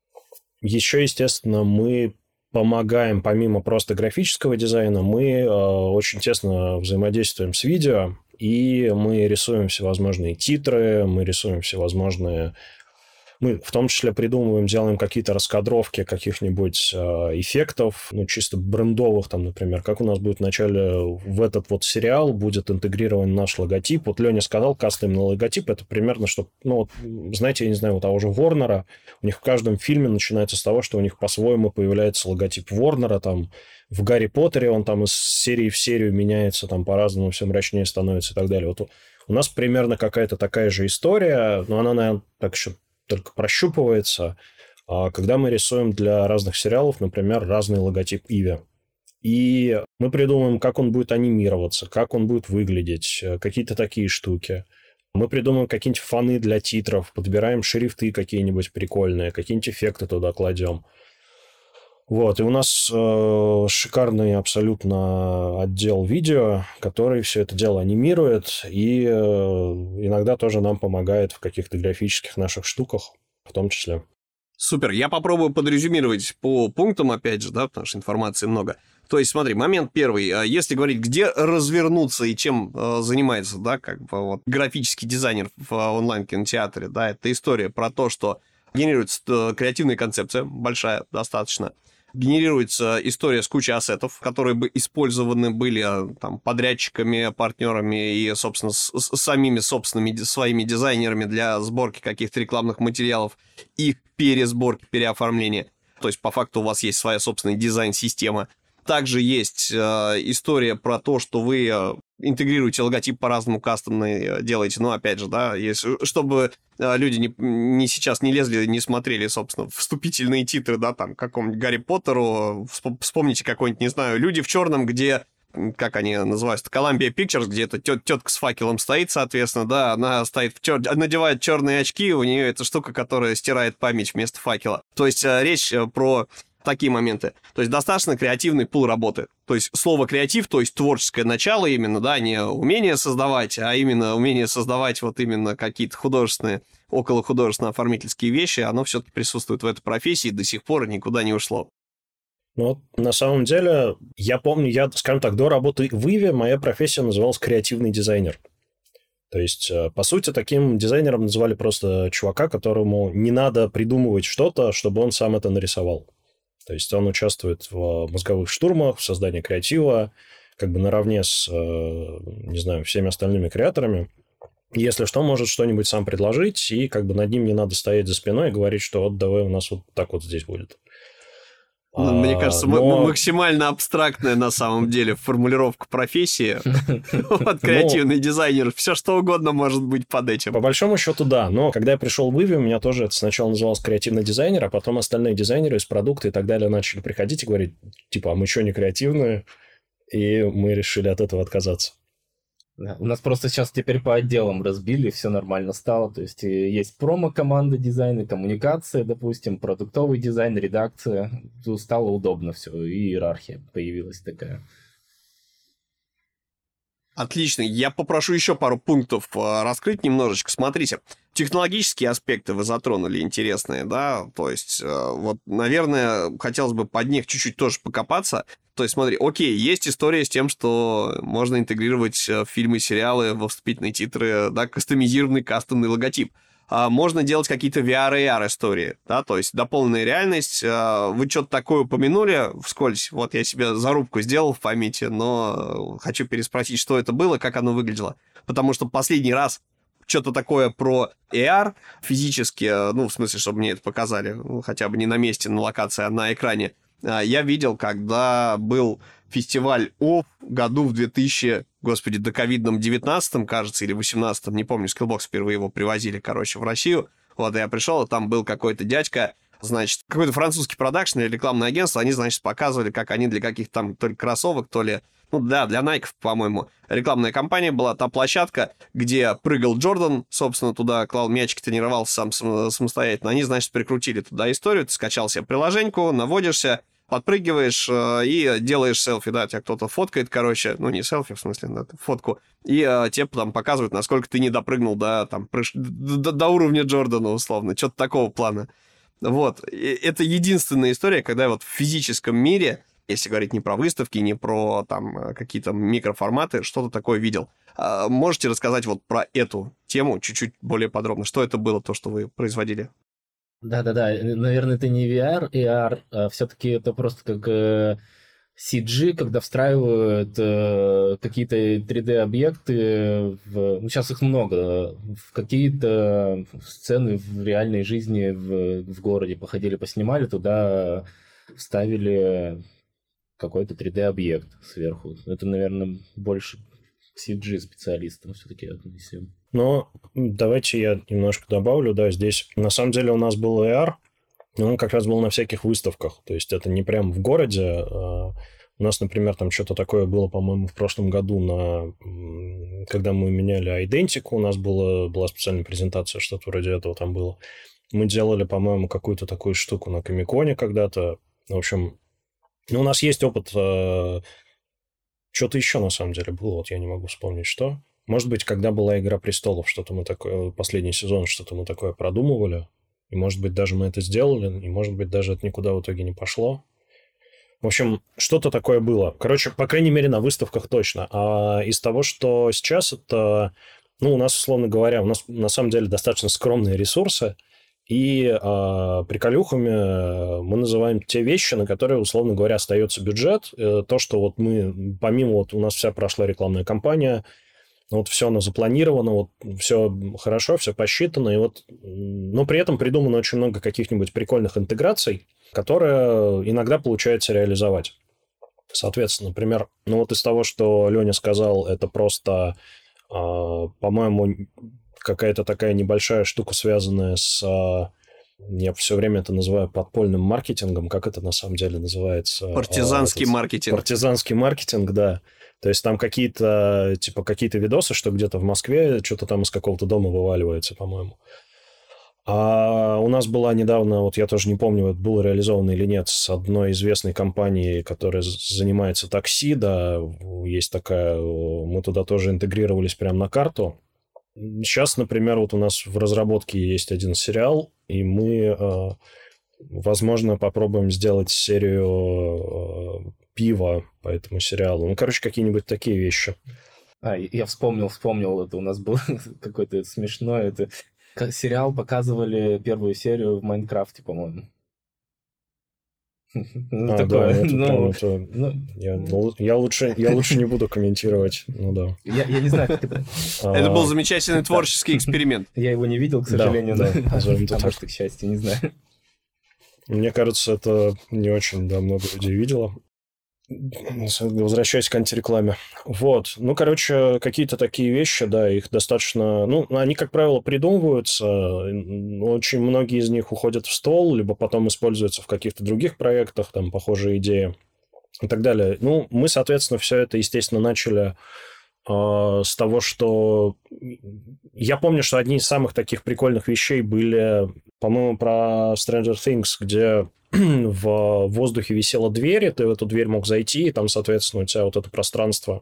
Еще, естественно, мы помогаем, помимо просто графического дизайна, мы очень тесно взаимодействуем с видео, и мы рисуем всевозможные титры, мы рисуем всевозможные... Мы в том числе придумываем, делаем какие-то раскадровки каких-нибудь эффектов, чисто брендовых, там, например, как у нас будет вначале в этот сериал будет интегрирован наш логотип. Леня сказал, кастомный логотип, это примерно, что, знаете, я не знаю, у того же Ворнера, у них в каждом фильме начинается с того, что у них по-своему появляется логотип Ворнера, там, в Гарри Поттере он там из серии в серию меняется, там, по-разному все мрачнее становится и так далее. У нас примерно какая-то такая же история, но она, наверное, так еще только прощупывается, когда мы рисуем для разных сериалов, например, разный логотип Иви. И мы придумаем, как он будет анимироваться, как он будет выглядеть, какие-то такие штуки. Мы придумаем какие-нибудь фоны для титров, подбираем шрифты какие-нибудь прикольные, какие-нибудь эффекты туда кладем. И у нас шикарный абсолютно отдел видео, который все это дело анимирует и иногда тоже нам помогает в каких-то графических наших штуках, в том числе. Супер. Я попробую подрезюмировать по пунктам, опять же, да, потому что информации много. То есть, смотри, момент первый. Если говорить, где развернуться и чем занимается, да, графический дизайнер в онлайн-кинотеатре, да, это история про то, что генерируется креативная концепция, большая достаточно. Генерируется история с кучей ассетов, которые бы использованы были там, подрядчиками, партнерами и, собственно, самими собственными своими дизайнерами для сборки каких-то рекламных материалов, их пересборки, переоформления. То есть, по факту, у вас есть своя собственная дизайн-система. Также есть история про то, что вы интегрируете логотип по-разному, кастомный делаете. Но, опять же, да, чтобы люди не сейчас не лезли, не смотрели, собственно, вступительные титры, да, там, какому-нибудь Гарри Поттеру. Вспомните какой-нибудь, не знаю, «Люди в черном», где, как они называются, Columbia Pictures, где эта тетка с факелом стоит, соответственно, да, она стоит надевает черные очки, у нее эта штука, которая стирает память вместо факела. То есть речь про такие моменты. То есть достаточно креативный пул работы. То есть слово креатив, то есть творческое начало именно, да, не умение создавать, а именно умение создавать именно какие-то художественные, околохудожественно-оформительские вещи, оно все-таки присутствует в этой профессии и до сих пор никуда не ушло. На самом деле, я помню, скажем так, до работы в Иве моя профессия называлась креативный дизайнер. То есть, по сути, таким дизайнером называли просто чувака, которому не надо придумывать что-то, чтобы он сам это нарисовал. То есть он участвует в мозговых штурмах, в создании креатива, наравне с, не знаю, всеми остальными креаторами. Если что, может что-нибудь сам предложить, и над ним не надо стоять за спиной и говорить, что давай у нас так здесь будет. Мне кажется, максимально абстрактная на самом деле формулировка профессии. Креативный дизайнер, все что угодно может быть под этим. По большому счету, да. Но когда я пришел в Иви, у меня тоже это сначала называлось креативный дизайнер, а потом остальные дизайнеры из продукта и так далее начали приходить и говорить, а мы что, не креативные? И мы решили от этого отказаться. Да, у нас просто сейчас теперь по отделам разбили, все нормально стало. То есть есть промо-команда дизайна, коммуникация, допустим, продуктовый дизайн, редакция. Тут стало удобно все, и иерархия появилась такая. Отлично. Я попрошу еще пару пунктов раскрыть немножечко. Смотрите, технологические аспекты вы затронули интересные, да? То есть, вот, наверное, хотелось бы под них чуть-чуть тоже покопаться. То есть, смотри, окей, есть история с тем, что можно интегрировать фильмы, сериалы во вступительные титры, да, кастомизированный кастомный логотип. Можно делать какие-то VR и AR истории, да, то есть дополненная реальность. Вы что-то такое упомянули вскользь, вот я себе зарубку сделал в памяти, но хочу переспросить, что это было, как оно выглядело. Потому что последний раз что-то такое про AR физически, ну, в смысле, чтобы мне это показали, ну, хотя бы не на месте, на локации, а на экране, я видел, когда был фестиваль ОФ году в 2019, 19, кажется, или 18, не помню, Skillbox впервые его привозили, короче, в Россию. Вот, я пришел, и там был какой-то дядька, значит, какой-то французский продакшн или рекламное агентство, они, значит, показывали, как они для каких-то там то ли кроссовок, то ли, ну да, для Nike, по-моему, рекламная кампания была, та площадка, где прыгал Джордан, собственно, туда клал мячик, тренировался сам самостоятельно. Они, значит, прикрутили туда историю, ты скачал себе приложеньку, наводишься, подпрыгиваешь и делаешь селфи, да, тебя кто-то фоткает, короче, ну, не селфи, в смысле, да, фотку, и тебе там показывают, насколько ты не допрыгнул до уровня Джордана, условно, что-то такого плана. Вот, и это единственная история, когда вот в физическом мире, если говорить не про выставки, не про там какие-то микроформаты, что-то такое видел. Можете рассказать вот про эту тему чуть-чуть более подробно? Что это было, то, что вы производили? Да-да-да, наверное, это не VR, AR, а все-таки это просто как CG, когда встраивают какие-то 3D-объекты, ну, сейчас их много, в какие-то сцены в реальной жизни в городе походили, поснимали, туда вставили какой-то 3D-объект сверху. Это, наверное, больше к CG-специалистам все-таки отнесем. Но давайте я немножко добавлю, да, здесь на самом деле у нас был AR, но он как раз был на всяких выставках, то есть это не прям в городе. У нас, например, там что-то такое было, по-моему, в прошлом году, когда мы меняли идентику, у нас была специальная презентация, что-то вроде этого там было. Мы делали, по-моему, какую-то такую штуку на Комиконе когда-то. В общем, у нас есть опыт. Что-то еще, на самом деле, было, вот я не могу вспомнить, что. Может быть, когда была «Игра престолов», что-то мы такое, последний сезон, что-то мы такое продумывали. И, может быть, даже мы это сделали, и, может быть, даже это никуда в итоге не пошло. В общем, что-то такое было. Короче, по крайней мере, на выставках точно. А из того, что сейчас, это... Ну, у нас, условно говоря, у нас на самом деле достаточно скромные ресурсы, и приколюхами мы называем те вещи, на которые, условно говоря, остается бюджет. То, что вот мы, помимо вот у нас вся прошла рекламная кампания, вот все оно запланировано, вот все хорошо, все посчитано, и вот, но при этом придумано очень много каких-нибудь прикольных интеграций, которые иногда получается реализовать. Соответственно, например, ну вот из того, что Леня сказал, это просто, по-моему, какая-то такая небольшая штука, связанная с... Я все время это называю подпольным маркетингом. Как это на самом деле называется? Партизанский маркетинг. Партизанский маркетинг, да. То есть там какие-то видосы, что где-то в Москве что-то там из какого-то дома вываливается, по-моему. А у нас была недавно, вот я тоже не помню, это было реализовано или нет, с одной известной компанией, которая занимается такси, да, есть такая, мы туда тоже интегрировались прямо на карту. Сейчас, например, вот у нас в разработке есть один сериал, и мы, возможно, попробуем сделать серию пива по этому сериалу. Ну, короче, какие-нибудь такие вещи. Я вспомнил, это у нас было какое-то смешное. Это сериал показывали первую серию в Майнкрафте, по-моему. Ну, такое. Я лучше не буду комментировать. Ну да. Я не знаю, как это. Это был замечательный творческий эксперимент. Я его не видел, к сожалению, да, а может, к счастью, не знаю. Мне кажется, это не очень много людей видело. Возвращаясь к антирекламе. Вот. Ну, короче, какие-то такие вещи, да, их достаточно... Ну, они, как правило, придумываются. Очень многие из них уходят в стол, либо потом используются в каких-то других проектах, там, похожие идеи и так далее. Ну, мы, соответственно, все это, естественно, начали с того, что... Я помню, что одни из самых таких прикольных вещей были, по-моему, про Stranger Things, где в воздухе висела дверь, и ты в эту дверь мог зайти, и там, соответственно, у тебя вот это пространство.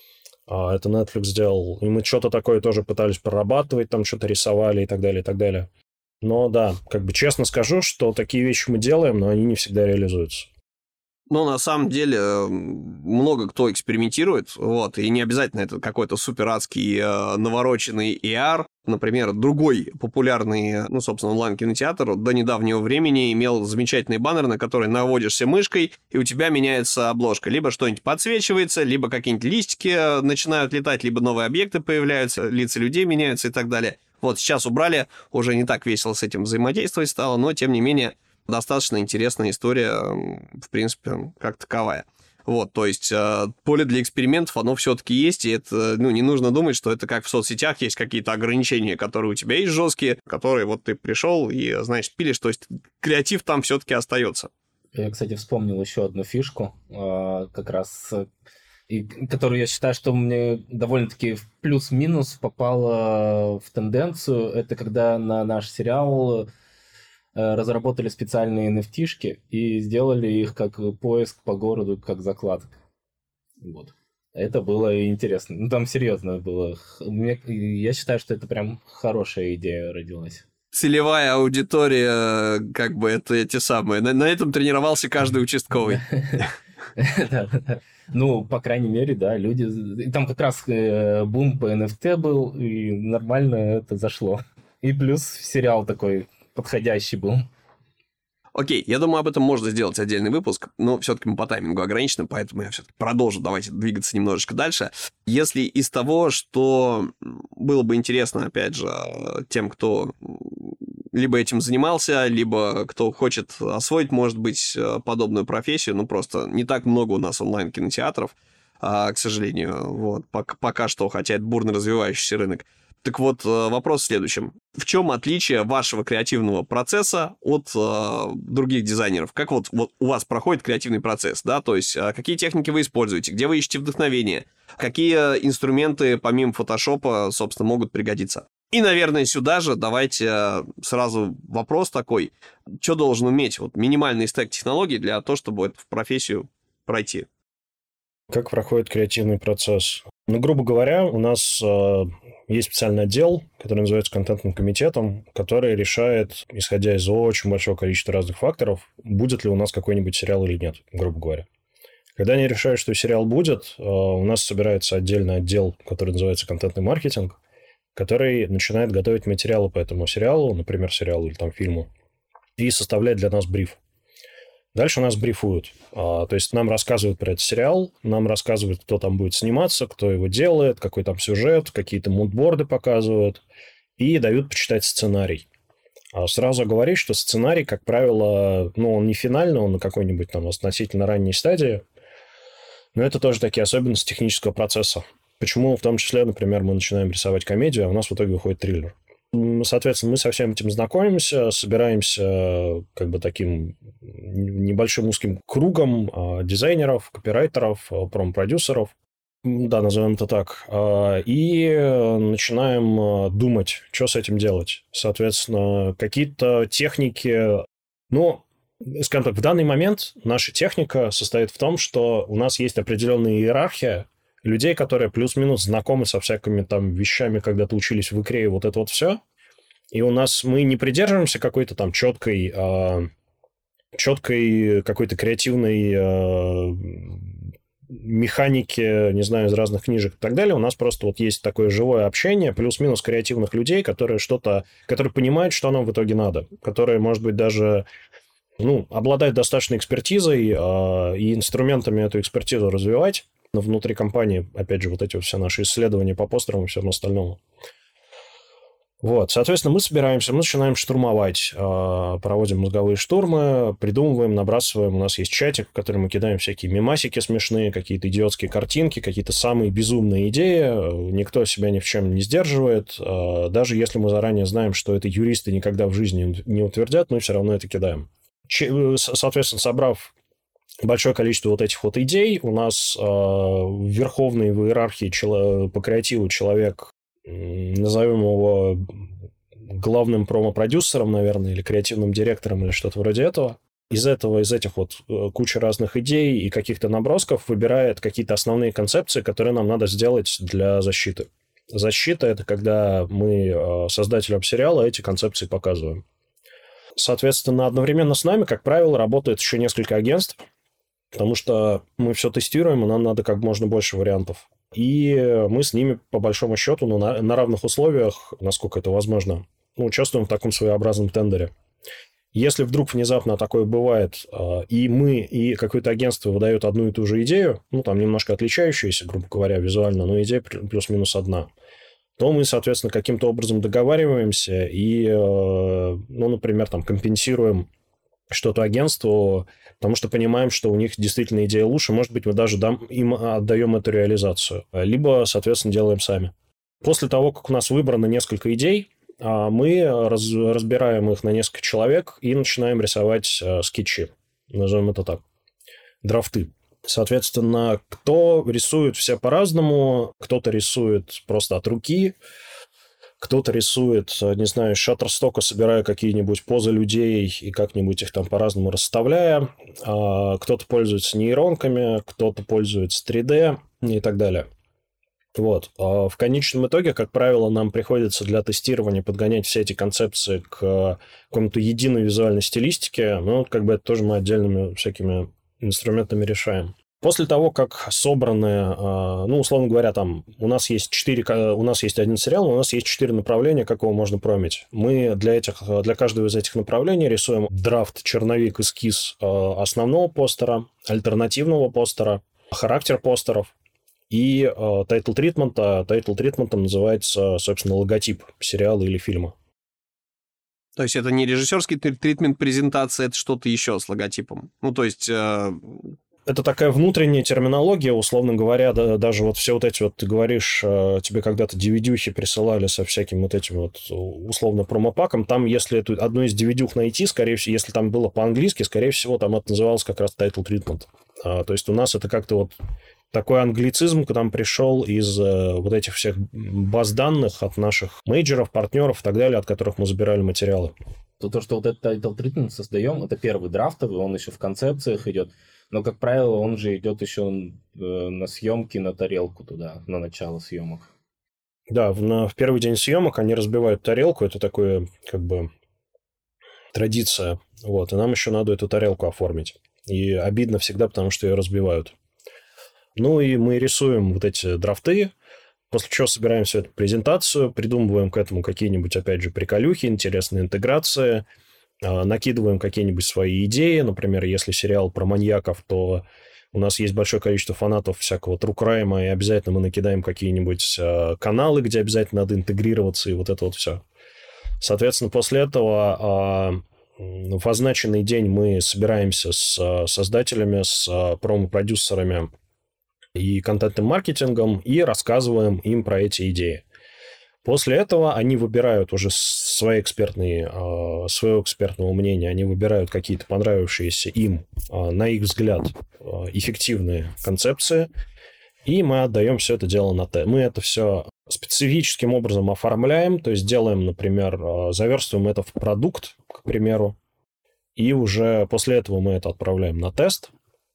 Это Netflix сделал. И мы что-то такое тоже пытались прорабатывать, там что-то рисовали и так далее, и так далее. Но да, как бы честно скажу, что такие вещи мы делаем, но они не всегда реализуются. Ну, на самом деле, много кто экспериментирует, вот, и не обязательно это какой-то суперадский навороченный AR. Например, другой популярный, ну, собственно, онлайн-кинотеатр до недавнего времени имел замечательный баннер, на который наводишься мышкой, и у тебя меняется обложка. Либо что-нибудь подсвечивается, либо какие-нибудь листики начинают летать, либо новые объекты появляются, лица людей меняются и так далее. Вот сейчас убрали, уже не так весело с этим взаимодействовать стало, но, тем не менее, достаточно интересная история, в принципе, как таковая. Вот, то есть поле для экспериментов, оно все-таки есть, и это, ну, не нужно думать, что это как в соцсетях, есть какие-то ограничения, которые у тебя есть жесткие, которые вот ты пришел и, значит, пилишь, то есть креатив там все-таки остается. Я, кстати, вспомнил еще одну фишку, как раз, и которую я считаю, что мне довольно-таки в плюс-минус попала в тенденцию. Это когда на наш сериал разработали специальные NFT-шки и сделали их как поиск по городу, как закладка. Вот. Это было интересно. Ну, там серьезно было. Я считаю, что это прям хорошая идея родилась. Целевая аудитория, как бы, это эти самые. На этом тренировался каждый участковый. Да. Ну, по крайней мере, да, люди... Там как раз бум по NFT был, и нормально это зашло. И плюс сериал такой подходящий был. Окей, я думаю, об этом можно сделать отдельный выпуск, но все-таки мы по таймингу ограничены, поэтому я все-таки продолжу, давайте двигаться немножечко дальше. Если из того, что было бы интересно, опять же, тем, кто либо этим занимался, либо кто хочет освоить, может быть, подобную профессию, ну, просто не так много у нас онлайн-кинотеатров, к сожалению, вот, пока что, хотя это бурно развивающийся рынок. Так вот, вопрос в следующем. В чем отличие вашего креативного процесса от других дизайнеров? Как вот у вас проходит креативный процесс, да? То есть, какие техники вы используете, где вы ищете вдохновение, какие инструменты, помимо фотошопа, собственно, могут пригодиться? И, наверное, сюда же давайте сразу вопрос такой. Что должен уметь вот минимальный стек технологий для того, чтобы эту профессию пройти? Как проходит креативный процесс? Ну, грубо говоря, у нас есть специальный отдел, который называется контентным комитетом, который решает, исходя из очень большого количества разных факторов, будет ли у нас какой-нибудь сериал или нет, грубо говоря. Когда они решают, что сериал будет, у нас собирается отдельный отдел, который называется контентный маркетинг, который начинает готовить материалы по этому сериалу, например, сериалу или там фильму, и составлять для нас бриф. Дальше нас брифуют. То есть нам рассказывают про этот сериал, нам рассказывают, кто там будет сниматься, кто его делает, какой там сюжет, какие-то мудборды показывают, и дают почитать сценарий. Сразу говорить, что сценарий, как правило, ну, он не финальный, он на какой-нибудь там относительно ранней стадии, но это тоже такие особенности технического процесса. Почему, в том числе, например, мы начинаем рисовать комедию, а у нас в итоге выходит триллер. Соответственно, мы со всем этим знакомимся, собираемся как бы таким небольшим узким кругом дизайнеров, копирайтеров, промопродюсеров, да, назовем это так, и начинаем думать, что с этим делать. Соответственно, какие-то техники... Ну, скажем так, в данный момент наша техника состоит в том, что у нас есть определенная иерархия людей, которые плюс-минус знакомы со всякими там вещами, когда-то учились в икре и вот это вот все. И у нас мы не придерживаемся какой-то там четкой какой-то креативной механики, не знаю, из разных книжек и так далее. У нас просто вот есть такое живое общение, плюс-минус креативных людей, которые понимают, что нам в итоге надо, которые, может быть, даже обладают достаточной экспертизой и инструментами эту экспертизу развивать. Но внутри компании, опять же, вот эти вот все наши исследования по постерам и всему остальному. Вот, соответственно, мы собираемся, мы начинаем штурмовать, проводим мозговые штурмы, придумываем, набрасываем. У нас есть чатик, в который мы кидаем всякие мемасики смешные, какие-то идиотские картинки, какие-то самые безумные идеи. Никто себя ни в чем не сдерживает. Даже если мы заранее знаем, что это юристы никогда в жизни не утвердят, мы все равно это кидаем. Соответственно, собрав большое количество вот этих вот идей. У нас верховный в иерархии по креативу человек, назовем его главным промо-продюсером, наверное, или креативным директором, или что-то вроде этого. Из этих вот кучи разных идей и каких-то набросков выбирает какие-то основные концепции, которые нам надо сделать для защиты. Защита – это когда мы создателям сериала эти концепции показываем. Соответственно, одновременно с нами, как правило, работает еще несколько агентств, потому что мы все тестируем, и нам надо как можно больше вариантов. И мы с ними, по большому счету, на равных условиях, насколько это возможно, участвуем в таком своеобразном тендере. Если вдруг внезапно такое бывает, и мы, и какое-то агентство выдает одну и ту же идею, там немножко отличающуюся, грубо говоря, визуально, но идея плюс-минус одна, то мы, соответственно, каким-то образом договариваемся и, например, там, компенсируем что-то агентству, потому что понимаем, что у них действительно идея лучше, может быть, мы даже им отдаем эту реализацию, либо, соответственно, делаем сами. После того, как у нас выбрано несколько идей, мы разбираем их на несколько человек и начинаем рисовать скетчи, назовем это так, драфты. Соответственно, кто рисует все по-разному, кто-то рисует просто от руки, кто-то рисует, не знаю, с шаттерстока, собирая какие-нибудь позы людей и как-нибудь их там по-разному расставляя, кто-то пользуется нейронками, кто-то пользуется 3D и так далее. Вот. В конечном итоге, как правило, нам приходится для тестирования подгонять все эти концепции к какому-то единой визуальной стилистике, но это тоже мы отдельными всякими инструментами решаем. После того, как собраны, условно говоря, там у нас есть один сериал, у нас есть 4 направления, как его можно промить. Мы для каждого из этих направлений рисуем драфт, черновик, эскиз основного постера, альтернативного постера, характер постеров и тайтл тритмента. Тайтл тритментом называется, собственно, логотип сериала или фильма. То есть это не режиссерский тритмент презентации, это что-то еще с логотипом? Это такая внутренняя терминология, условно говоря, даже вот все вот эти вот, ты говоришь, тебе когда-то DVD-ухи присылали со всяким вот этим вот условно промопаком, там, если одну из DVD-ух найти, скорее всего, если там было по-английски, скорее всего, там это называлось как раз title treatment. То есть у нас это как-то вот такой англицизм к нам пришел из вот этих всех баз данных от наших мейджеров, партнеров и так далее, от которых мы забирали материалы. То, что вот этот title treatment создаем, это первый драфтовый, он еще в концепциях идет. Но, как правило, он же идет еще на съемки, на тарелку туда, на начало съемок. Да, в первый день съемок они разбивают тарелку. Это такое, традиция. Вот, и нам еще надо эту тарелку оформить. И обидно всегда, потому что ее разбивают. Ну, и мы рисуем вот эти драфты, после чего собираем всю эту презентацию, придумываем к этому какие-нибудь, опять же, приколюхи, интересные интеграции, накидываем какие-нибудь свои идеи. Например, если сериал про маньяков, то у нас есть большое количество фанатов всякого true crime, и обязательно мы накидаем какие-нибудь каналы, где обязательно надо интегрироваться, и вот это вот все. Соответственно, после этого в означенный день мы собираемся с создателями, с промо-продюсерами и контентным маркетингом и рассказываем им про эти идеи. После этого они выбирают уже своего экспертного мнения, они выбирают какие-то понравившиеся им, на их взгляд, эффективные концепции, и мы отдаем все это дело на тест. Мы это все специфическим образом оформляем, то есть делаем, например, заверстываем это в продукт, к примеру, и уже после этого мы это отправляем на тест.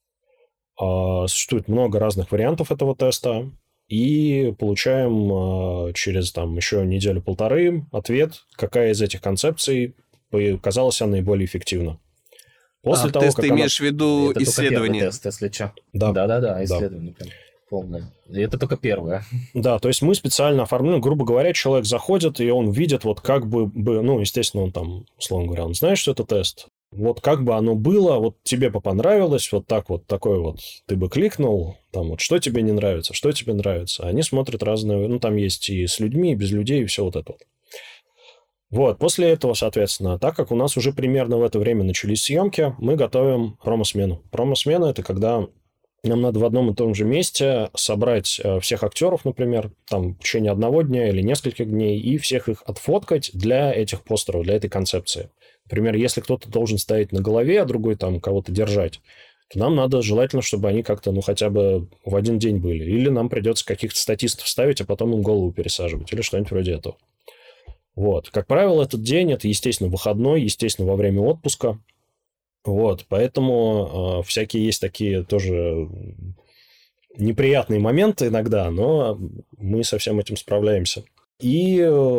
Существует много разных вариантов этого теста, и получаем через еще неделю-полторы ответ, какая из этих концепций показалась наиболее эффективна. После того, тест ты имеешь в виду это исследование? Тест, если что. Да, исследование прям полное. И это только первое. Да, то есть мы специально оформляем, грубо говоря, человек заходит, и он видит, вот как бы, естественно, он там, условно говоря, он знает, что это тест. Вот как бы оно было, вот тебе бы понравилось, вот так вот, такой вот, ты бы кликнул, там вот, что тебе не нравится, что тебе нравится. Они смотрят разные, там есть и с людьми, и без людей, и все вот это вот. Вот, после этого, соответственно, так как у нас уже примерно в это время начались съемки, мы готовим промо-смену. Промо-смена – это когда нам надо в одном и том же месте собрать всех актеров, например, там в течение одного дня или нескольких дней, и всех их отфоткать для этих постеров, для этой концепции. Например, если кто-то должен стоять на голове, а другой там кого-то держать, то нам надо желательно, чтобы они как-то, ну, хотя бы в один день были. Или нам придется каких-то статистов ставить, а потом им голову пересаживать, или что-нибудь вроде этого. Вот. Как правило, этот день – это, естественно, выходной, естественно, во время отпуска. Вот. Поэтому всякие есть такие тоже неприятные моменты иногда, но мы со всем этим справляемся. И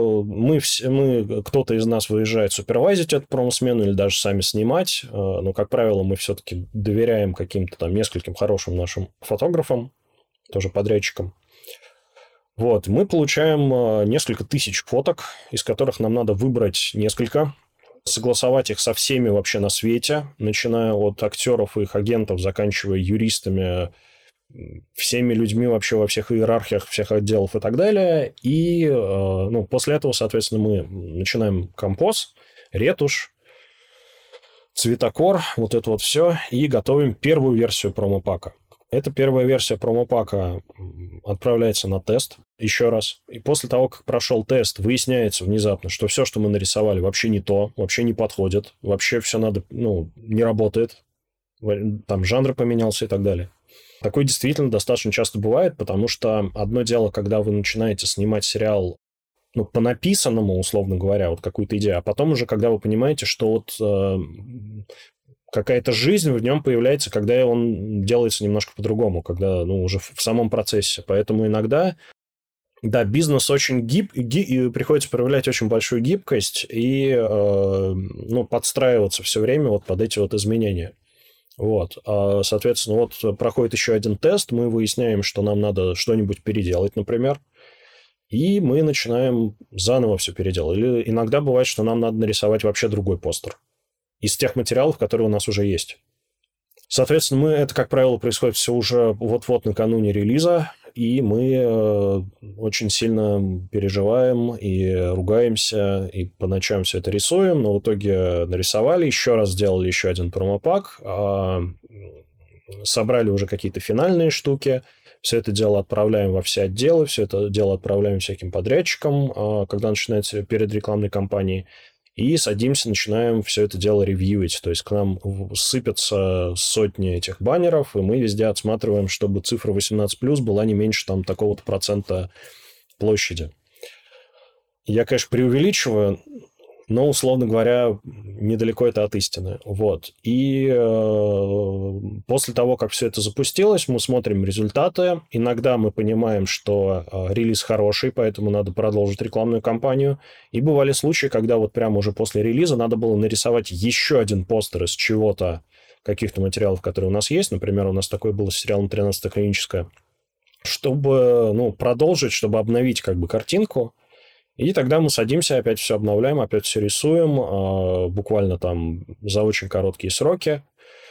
кто-то из нас выезжает супервайзить эту промо-смену или даже сами снимать. Но, как правило, мы все-таки доверяем каким-то там нескольким хорошим нашим фотографам, тоже подрядчикам. Вот, мы получаем несколько тысяч фоток, из которых нам надо выбрать несколько, согласовать их со всеми вообще на свете, начиная от актеров и их агентов, заканчивая юристами, всеми людьми вообще во всех иерархиях, всех отделов и так далее. И после этого, соответственно, мы начинаем композ, ретушь, цветокор, вот это вот все, и готовим первую версию промо-пака. Эта первая версия промо-пака отправляется на тест еще раз. И после того, как прошел тест, выясняется внезапно, что все, что мы нарисовали, вообще не то, вообще не подходит, вообще все надо, не работает, там жанр поменялся и так далее. Такое действительно достаточно часто бывает, потому что одно дело, когда вы начинаете снимать сериал, по написанному, условно говоря, вот какую-то идею, а потом уже, когда вы понимаете, что вот какая-то жизнь в нем появляется, когда он делается немножко по-другому, когда, уже в самом процессе. Поэтому иногда, да, бизнес очень и приходится проявлять очень большую гибкость и, подстраиваться все время вот под эти вот изменения. Вот. Соответственно, вот проходит еще один тест, мы выясняем, что нам надо что-нибудь переделать, например, и мы начинаем заново все переделать. Или иногда бывает, что нам надо нарисовать вообще другой постер из тех материалов, которые у нас уже есть. Соответственно, это, как правило, происходит все уже вот-вот накануне релиза, и мы очень сильно переживаем и ругаемся, и по ночам все это рисуем, но в итоге нарисовали, еще раз сделали еще один промопак, собрали уже какие-то финальные штуки, все это дело отправляем во все отделы, все это дело отправляем всяким подрядчикам, когда начинается перед рекламной кампанией, и садимся, начинаем все это дело ревьюить. То есть к нам сыпятся сотни этих баннеров, и мы везде отсматриваем, чтобы цифра 18+, была не меньше там такого-то процента площади. Я, конечно, преувеличиваю, но, условно говоря, недалеко это от истины. Вот. И после того, как все это запустилось, мы смотрим результаты. Иногда мы понимаем, что релиз хороший, поэтому надо продолжить рекламную кампанию. И бывали случаи, когда вот прямо уже после релиза надо было нарисовать еще один постер из чего-то, каких-то материалов, которые у нас есть. Например, у нас такой был с сериалом «13-я клиническая», чтобы продолжить, чтобы обновить как бы картинку. И тогда мы садимся, опять все обновляем, опять все рисуем, буквально там за очень короткие сроки.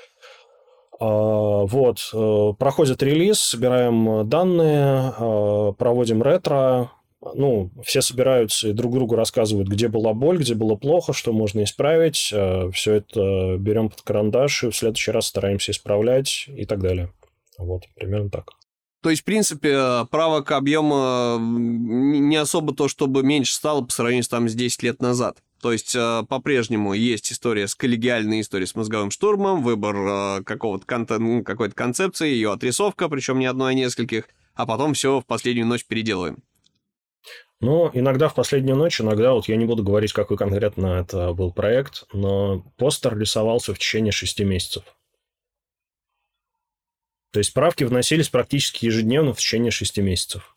Вот, проходит релиз, собираем данные, проводим ретро. Все собираются и друг другу рассказывают, где была боль, где было плохо, что можно исправить. Все это берем под карандаш и в следующий раз стараемся исправлять и так далее. Вот, примерно так. То есть, в принципе, правок объема не особо то, чтобы меньше стало по сравнению с 10 лет назад. То есть, по-прежнему есть история с коллегиальной историей с мозговым штурмом, выбор какой-то концепции, ее отрисовка, причем не одной, а нескольких, а потом все в последнюю ночь переделываем. Иногда в последнюю ночь, иногда, вот я не буду говорить, какой конкретно это был проект, но постер рисовался в течение 6 месяцев. То есть правки вносились практически ежедневно в течение 6 месяцев.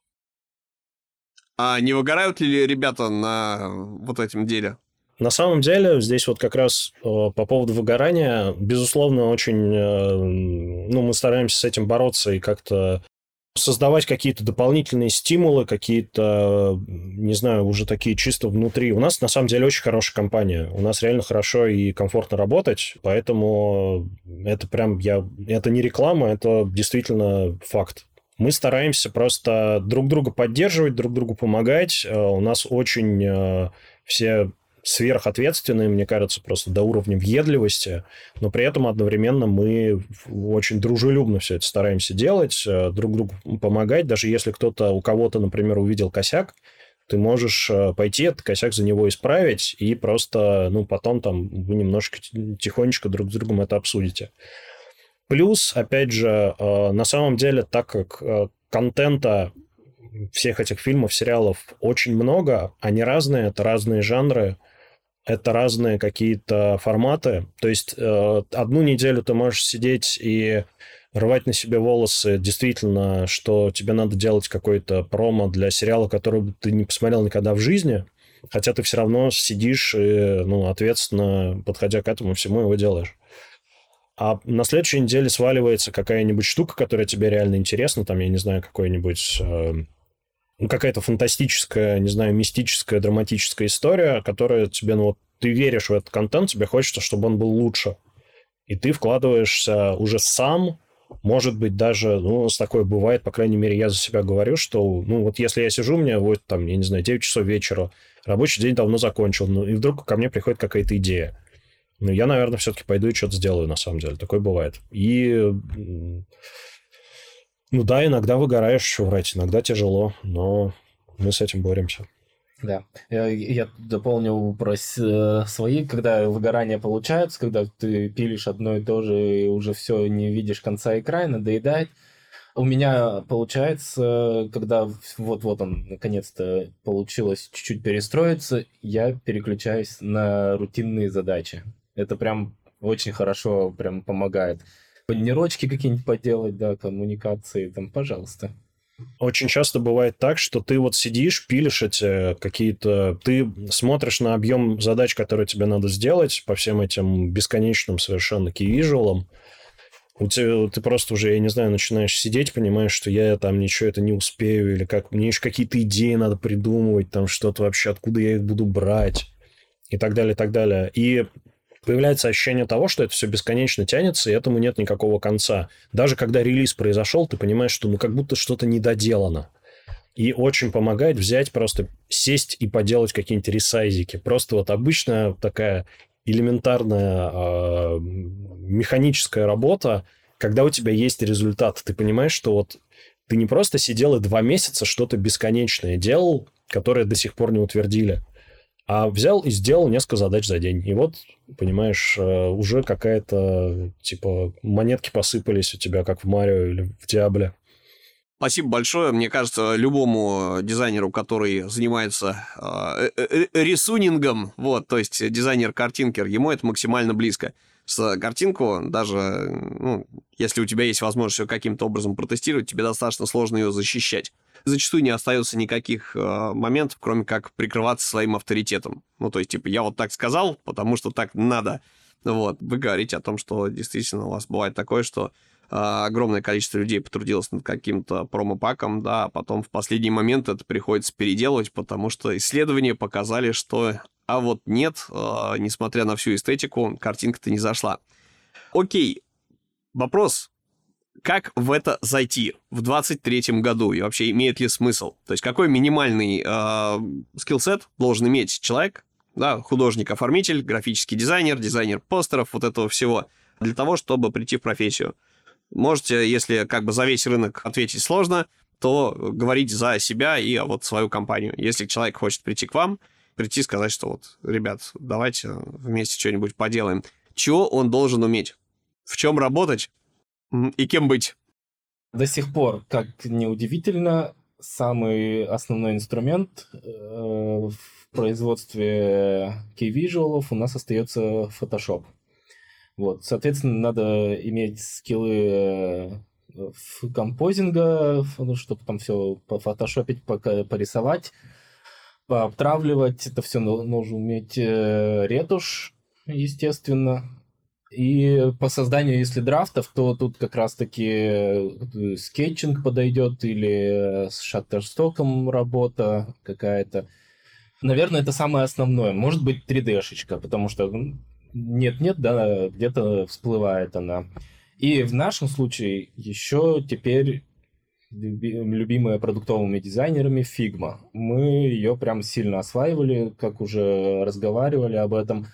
А не выгорают ли ребята на вот этом деле? На самом деле, здесь вот как раз по поводу выгорания, безусловно, очень... мы стараемся с этим бороться и как-то создавать какие-то дополнительные стимулы, какие-то, не знаю, уже такие чисто внутри. У нас, на самом деле, очень хорошая компания. У нас реально хорошо и комфортно работать, поэтому это прям это не реклама, это действительно факт. Мы стараемся просто друг друга поддерживать, друг другу помогать. У нас очень все сверхответственные, мне кажется, просто до уровня въедливости, но при этом одновременно мы очень дружелюбно все это стараемся делать, друг другу помогать. Даже если у кого-то, например, увидел косяк, ты можешь пойти этот косяк за него исправить, и просто, потом там вы немножко тихонечко друг с другом это обсудите. Плюс, опять же, на самом деле, так как контента всех этих фильмов, сериалов очень много, они разные, это разные жанры, это разные какие-то форматы. То есть одну неделю ты можешь сидеть и рвать на себе волосы, действительно, что тебе надо делать какой-то промо для сериала, который ты не посмотрел никогда в жизни, хотя ты все равно сидишь и, ответственно, подходя к этому всему, его делаешь. А на следующей неделе сваливается какая-нибудь штука, которая тебе реально интересна, там, я не знаю, какой-нибудь... какая-то фантастическая, не знаю, мистическая, драматическая история, которая тебе, ты веришь в этот контент, тебе хочется, чтобы он был лучше. И ты вкладываешься уже сам, может быть, даже, с такой бывает, по крайней мере, я за себя говорю, что, если я сижу, у меня вот там, я не знаю, 9 часов вечера, рабочий день давно закончил, и вдруг ко мне приходит какая-то идея. Я, наверное, все-таки пойду и что-то сделаю, на самом деле. Такое бывает. И... да, иногда выгораешь, что врать, иногда тяжело, но мы с этим боремся. Да. Я дополню про свои, когда выгорание получается, когда ты пилишь одно и то же, и уже все, не видишь конца и края, надоедает. У меня получается, когда вот он, наконец-то получилось чуть-чуть перестроиться, я переключаюсь на рутинные задачи. Это прям очень хорошо прям помогает. Планировочки какие-нибудь поделать, да, коммуникации, там, пожалуйста. Очень часто бывает так, что ты вот сидишь, пилишь эти какие-то... Ты смотришь на объем задач, которые тебе надо сделать по всем этим бесконечным совершенно key-visual'ам. Ты просто уже, я не знаю, начинаешь сидеть, понимаешь, что я там ничего это не успею, или как мне еще какие-то идеи надо придумывать, там что-то вообще, откуда я их буду брать, и так далее, и так далее. И появляется ощущение того, что это все бесконечно тянется, и этому нет никакого конца. Даже когда релиз произошел, ты понимаешь, что как будто что-то недоделано. И очень помогает взять, просто сесть и поделать какие-нибудь ресайзики. Просто вот обычная такая элементарная механическая работа, когда у тебя есть результат. Ты понимаешь, что вот ты не просто сидел и 2 месяца что-то бесконечное делал, которое до сих пор не утвердили, а взял и сделал несколько задач за день. И вот, понимаешь, уже какая-то, типа, монетки посыпались у тебя, как в Марио или в Диабле. Спасибо большое. Мне кажется, любому дизайнеру, который занимается рисунингом, то есть дизайнер-картинкер, ему это максимально близко. С картинку даже, если у тебя есть возможность ее каким-то образом протестировать, тебе достаточно сложно ее защищать. Зачастую не остается никаких моментов, кроме как прикрываться своим авторитетом. То есть, я вот так сказал, потому что так надо. Вы говорите о том, что действительно у вас бывает такое, что огромное количество людей потрудилось над каким-то промо-паком, да, а потом в последний момент это приходится переделывать, потому что исследования показали, что нет, несмотря на всю эстетику, картинка-то не зашла. Окей, вопрос, как в это зайти в 23-м году и вообще имеет ли смысл? То есть какой минимальный скиллсет должен иметь человек, да, художник-оформитель, графический дизайнер, дизайнер постеров, вот этого всего, для того, чтобы прийти в профессию? Можете, если за весь рынок ответить сложно, то говорить за себя и свою компанию. Если человек хочет прийти к вам, прийти и сказать, что ребят, давайте вместе что-нибудь поделаем. Чего он должен уметь? В чем работать? И кем быть? До сих пор, как ни удивительно, самый основной инструмент в производстве key-visual'ов у нас остается Photoshop. Соответственно, надо иметь скиллы в композинга, чтобы там все пофотошопить, порисовать, пообтравливать. Это все нужно уметь ретушь, естественно. И по созданию, если драфтов, то тут как раз-таки скетчинг подойдет или с шаттерстоком работа какая-то. Наверное, это самое основное. Может быть, 3D-шечка, потому что нет-нет, да, где-то всплывает она. И в нашем случае еще теперь любимая продуктовыми дизайнерами Figma. Мы ее прям сильно осваивали, как уже разговаривали об этом.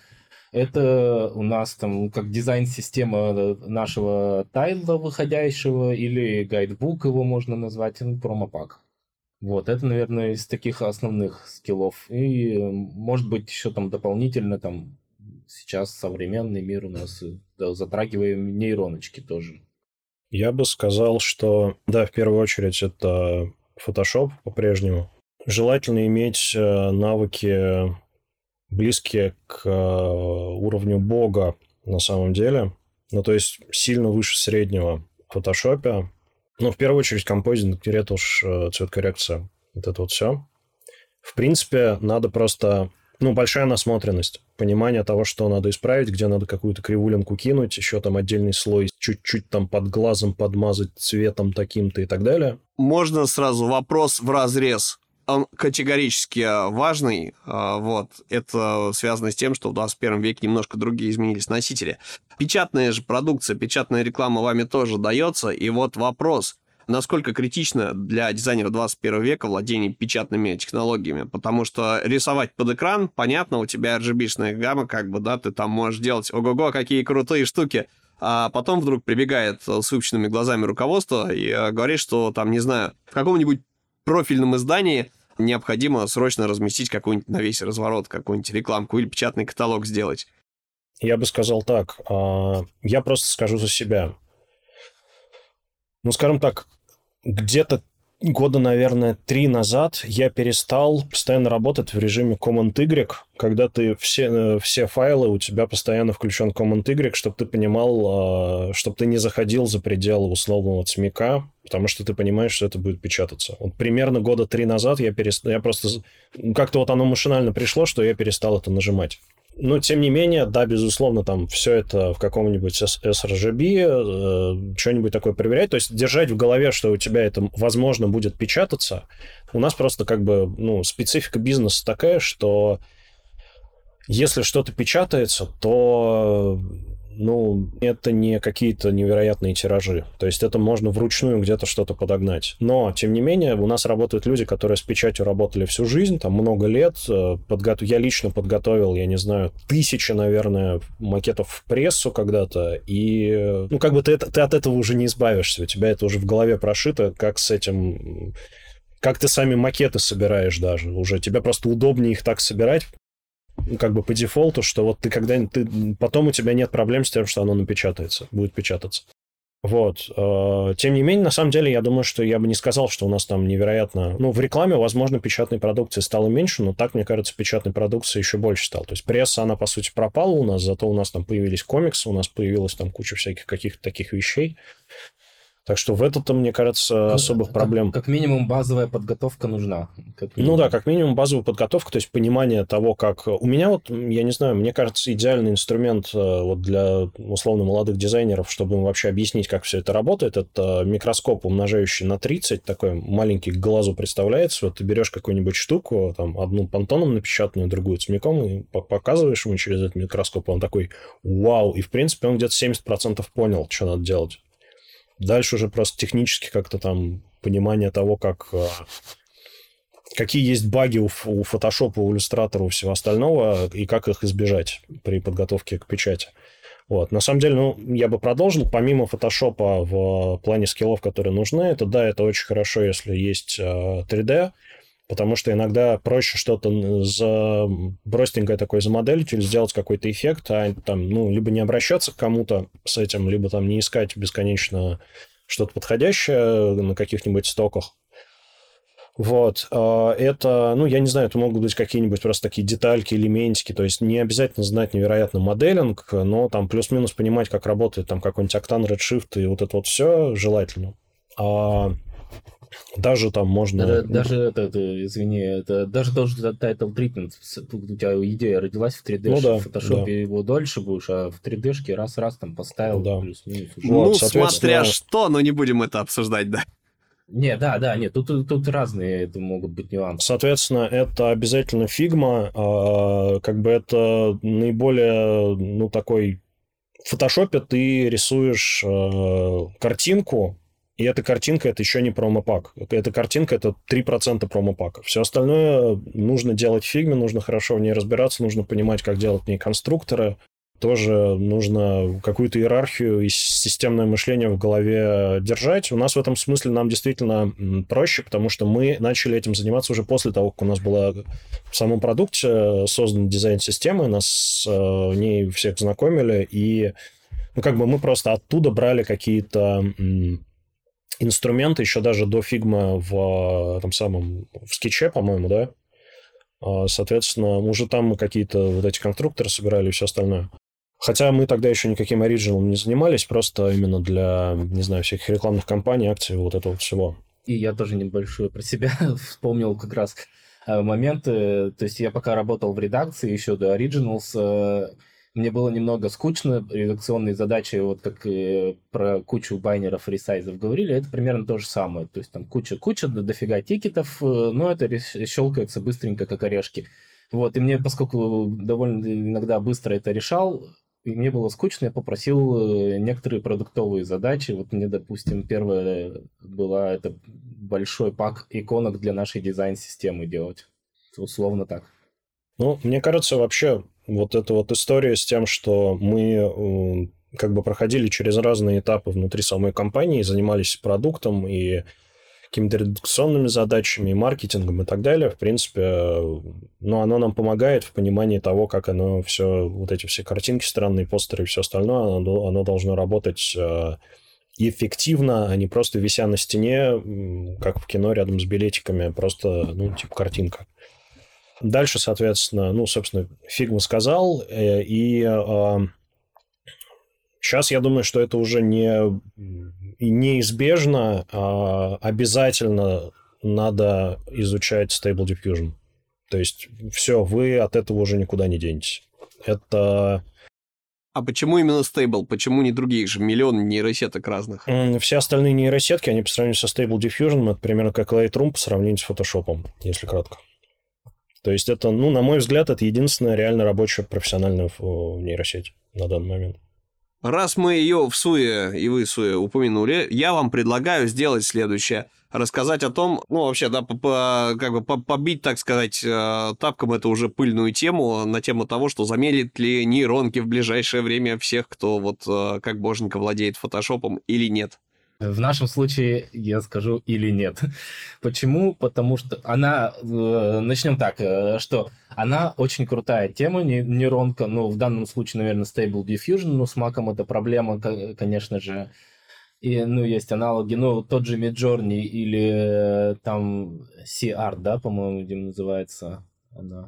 Это у нас там как дизайн-система нашего тайла выходящего или гайдбук его можно назвать, промопак. Это, наверное, из таких основных скиллов. И, может быть, еще там дополнительно там сейчас современный мир у нас, да, затрагиваем нейроночки тоже. Я бы сказал, что, да, в первую очередь это Photoshop по-прежнему. Желательно иметь навыки, близкие к уровню бога на самом деле. Ну, то есть сильно выше среднего в Photoshop. Ну, в первую очередь композинг, ретушь, цветокоррекция. Вот это вот все. В принципе, надо просто... Ну, большая насмотренность, понимание того, что надо исправить, где надо какую-то кривулинку кинуть, еще там отдельный слой чуть-чуть там под глазом подмазать цветом таким-то и так далее. Можно сразу вопрос вразрез. Он категорически важный. Вот. Это связано с тем, что в 21 веке немножко другие изменились носители. Печатная же продукция, печатная реклама вами тоже дается. И вот вопрос. Насколько критично для дизайнера 21 века владение печатными технологиями? Потому что рисовать под экран, понятно, у тебя RGB-шная гамма, как бы, да, ты там можешь делать ого-го, какие крутые штуки. А потом вдруг прибегает с выпученными глазами руководство и говорит, что там, не знаю, в каком-нибудь профильном издании необходимо срочно разместить какой-нибудь на весь разворот, какую-нибудь рекламку или печатный каталог сделать. Я бы сказал так. Я просто скажу за себя. Ну, скажем так, где-то года, наверное, 3 назад я перестал постоянно работать в режиме Command-Y, когда ты все файлы, у тебя постоянно включен Command-Y, чтобы ты понимал, чтобы ты не заходил за пределы условного цмика, потому что ты понимаешь, что это будет печататься. Вот примерно года 3 назад я просто... Как-то вот оно машинально пришло, что я перестал это нажимать. Но, тем не менее, да, безусловно, там все это в каком-нибудь sRGB, что-нибудь такое проверять. То есть держать в голове, что у тебя это, возможно, будет печататься. У нас просто как бы, ну, специфика бизнеса такая, что если что-то печатается, то, ну, это не какие-то невероятные тиражи. То есть это можно вручную где-то что-то подогнать. Но, тем не менее, у нас работают люди, которые с печатью работали всю жизнь, там много лет. Я лично подготовил, я не знаю, 1000, наверное, макетов в прессу когда-то. И, ну, как бы ты от этого уже не избавишься. У тебя это уже в голове прошито, как с этим... Как ты сами макеты собираешь даже уже. Тебе просто удобнее их так собирать, как бы по дефолту, что вот потом у тебя нет проблем с тем, что оно напечатается, будет печататься. Вот. Тем не менее, на самом деле, я думаю, что я бы не сказал, что у нас там невероятно... Ну, в рекламе, возможно, печатной продукции стало меньше, но так, мне кажется, печатной продукции еще больше стало. То есть пресса, она, по сути, пропала у нас, зато у нас там появились комиксы, у нас появилась там куча всяких каких-то таких вещей. Так что в этом, мне кажется, особых проблем. Как минимум базовая подготовка нужна. Ну да, как минимум базовая подготовка, то есть понимание того, как... У меня вот, я не знаю, мне кажется, идеальный инструмент вот для условно молодых дизайнеров, чтобы им вообще объяснить, как все это работает, это микроскоп, умножающий на 30, такой маленький к глазу представляется. Вот ты берешь какую-нибудь штуку, там, одну пантоном напечатанную, другую цмиком, и показываешь ему через этот микроскоп, он такой, вау, и в принципе он где-то 70% понял, что надо делать. Дальше уже просто технически как-то там понимание того, какие есть баги у Photoshop, у Illustrator, у всего остального, и как их избежать при подготовке к печати. Вот. На самом деле, ну, я бы продолжил. Помимо Photoshop в плане скиллов, которые нужны, это очень хорошо, если есть 3D, потому что иногда проще что-то простенькое такое замоделить или сделать какой-то эффект, а там, ну, либо не обращаться к кому-то с этим, либо там не искать бесконечно что-то подходящее на каких-нибудь стоках. Вот. Это, ну, я не знаю, это могут быть какие-нибудь просто такие детальки, элементики, то есть не обязательно знать невероятно моделинг, но там плюс-минус понимать, как работает там какой-нибудь Octane, Redshift и вот это вот все желательно. Даже там можно... Даже тоже title treatment. У тебя идея родилась в 3D, ну, да, в Photoshop да. его дольше будешь, а в 3D-шке раз-раз там поставил, да. плюс-минус. Ну, вот, смотря что, но не будем это обсуждать, да. Нет, тут разные это могут быть нюансы. Соответственно, это обязательно Figma, как бы это наиболее, ну, такой... В фотошопе ты рисуешь картинку, и эта картинка, это еще не промо-пак. Эта картинка, это 3% промо-пака. Все остальное нужно делать в фигме, нужно хорошо в ней разбираться, нужно понимать, как делать в ней конструкторы. тоже нужно какую-то иерархию и системное мышление в голове держать. У нас в этом смысле нам действительно проще, потому что мы начали этим заниматься уже после того, как у нас была в самом продукте создан дизайн-системы, нас с ней всех знакомили, и мы просто оттуда брали какие-то инструменты, еще даже до Figma в скетче, по-моему, да? Соответственно, уже там мы какие-то вот эти конструкторы собирали и все остальное. Хотя мы тогда еще никаким оригиналом не занимались, просто именно для, не знаю, всяких рекламных кампаний, акций, вот этого всего. И я тоже небольшую про себя вспомнил как раз моменты. То есть я пока работал в редакции еще до Originals, мне было немного скучно. Редакционные задачи, вот как про кучу байнеров, ресайзов говорили, это примерно то же самое. То есть там куча, дофига тикетов, но это щелкается быстренько, как орешки. Вот, и мне, поскольку довольно иногда быстро это решал, и мне было скучно, я попросил некоторые продуктовые задачи. Вот мне, допустим, первая была это большой пак иконок для нашей дизайн-системы делать. Условно так. Ну, мне кажется, вообще вот эта вот история с тем, что мы проходили через разные этапы внутри самой компании, занимались продуктом и какими-то редакционными задачами, и маркетингом и так далее, в принципе, оно нам помогает в понимании того, как оно все, вот эти все картинки странные, постеры и все остальное, оно должно работать эффективно, а не просто вися на стене, как в кино рядом с билетиками, просто, картинка. Дальше, соответственно, собственно, Figma сказал, и сейчас я думаю, что это уже неизбежно, обязательно надо изучать Stable Diffusion. То есть все, вы от этого уже никуда не денетесь. Это... А почему именно Stable? Почему не другие же? Миллион нейросеток разных. Все остальные нейросетки, они по сравнению со Stable Diffusion, это примерно как Lightroom по сравнению с Photoshop, если кратко. То есть это, на мой взгляд, это единственная реально рабочая профессиональная нейросеть на данный момент. Раз мы ее в СУЕ и вы в СУЕ упомянули, я вам предлагаю сделать следующее. Рассказать о том, вообще, да, побить, так сказать, тапком эту уже пыльную тему на тему того, что замерит ли нейронки в ближайшее время всех, кто как боженька владеет фотошопом или нет. В нашем случае я скажу или нет. Почему? Потому что она... Начнем так, что она очень крутая тема, нейронка. В данном случае, наверное, Stable Diffusion, с Mac'ом это проблема, конечно же. И, есть аналоги. Тот же Midjourney или там C-Art, да, по-моему, где называется она.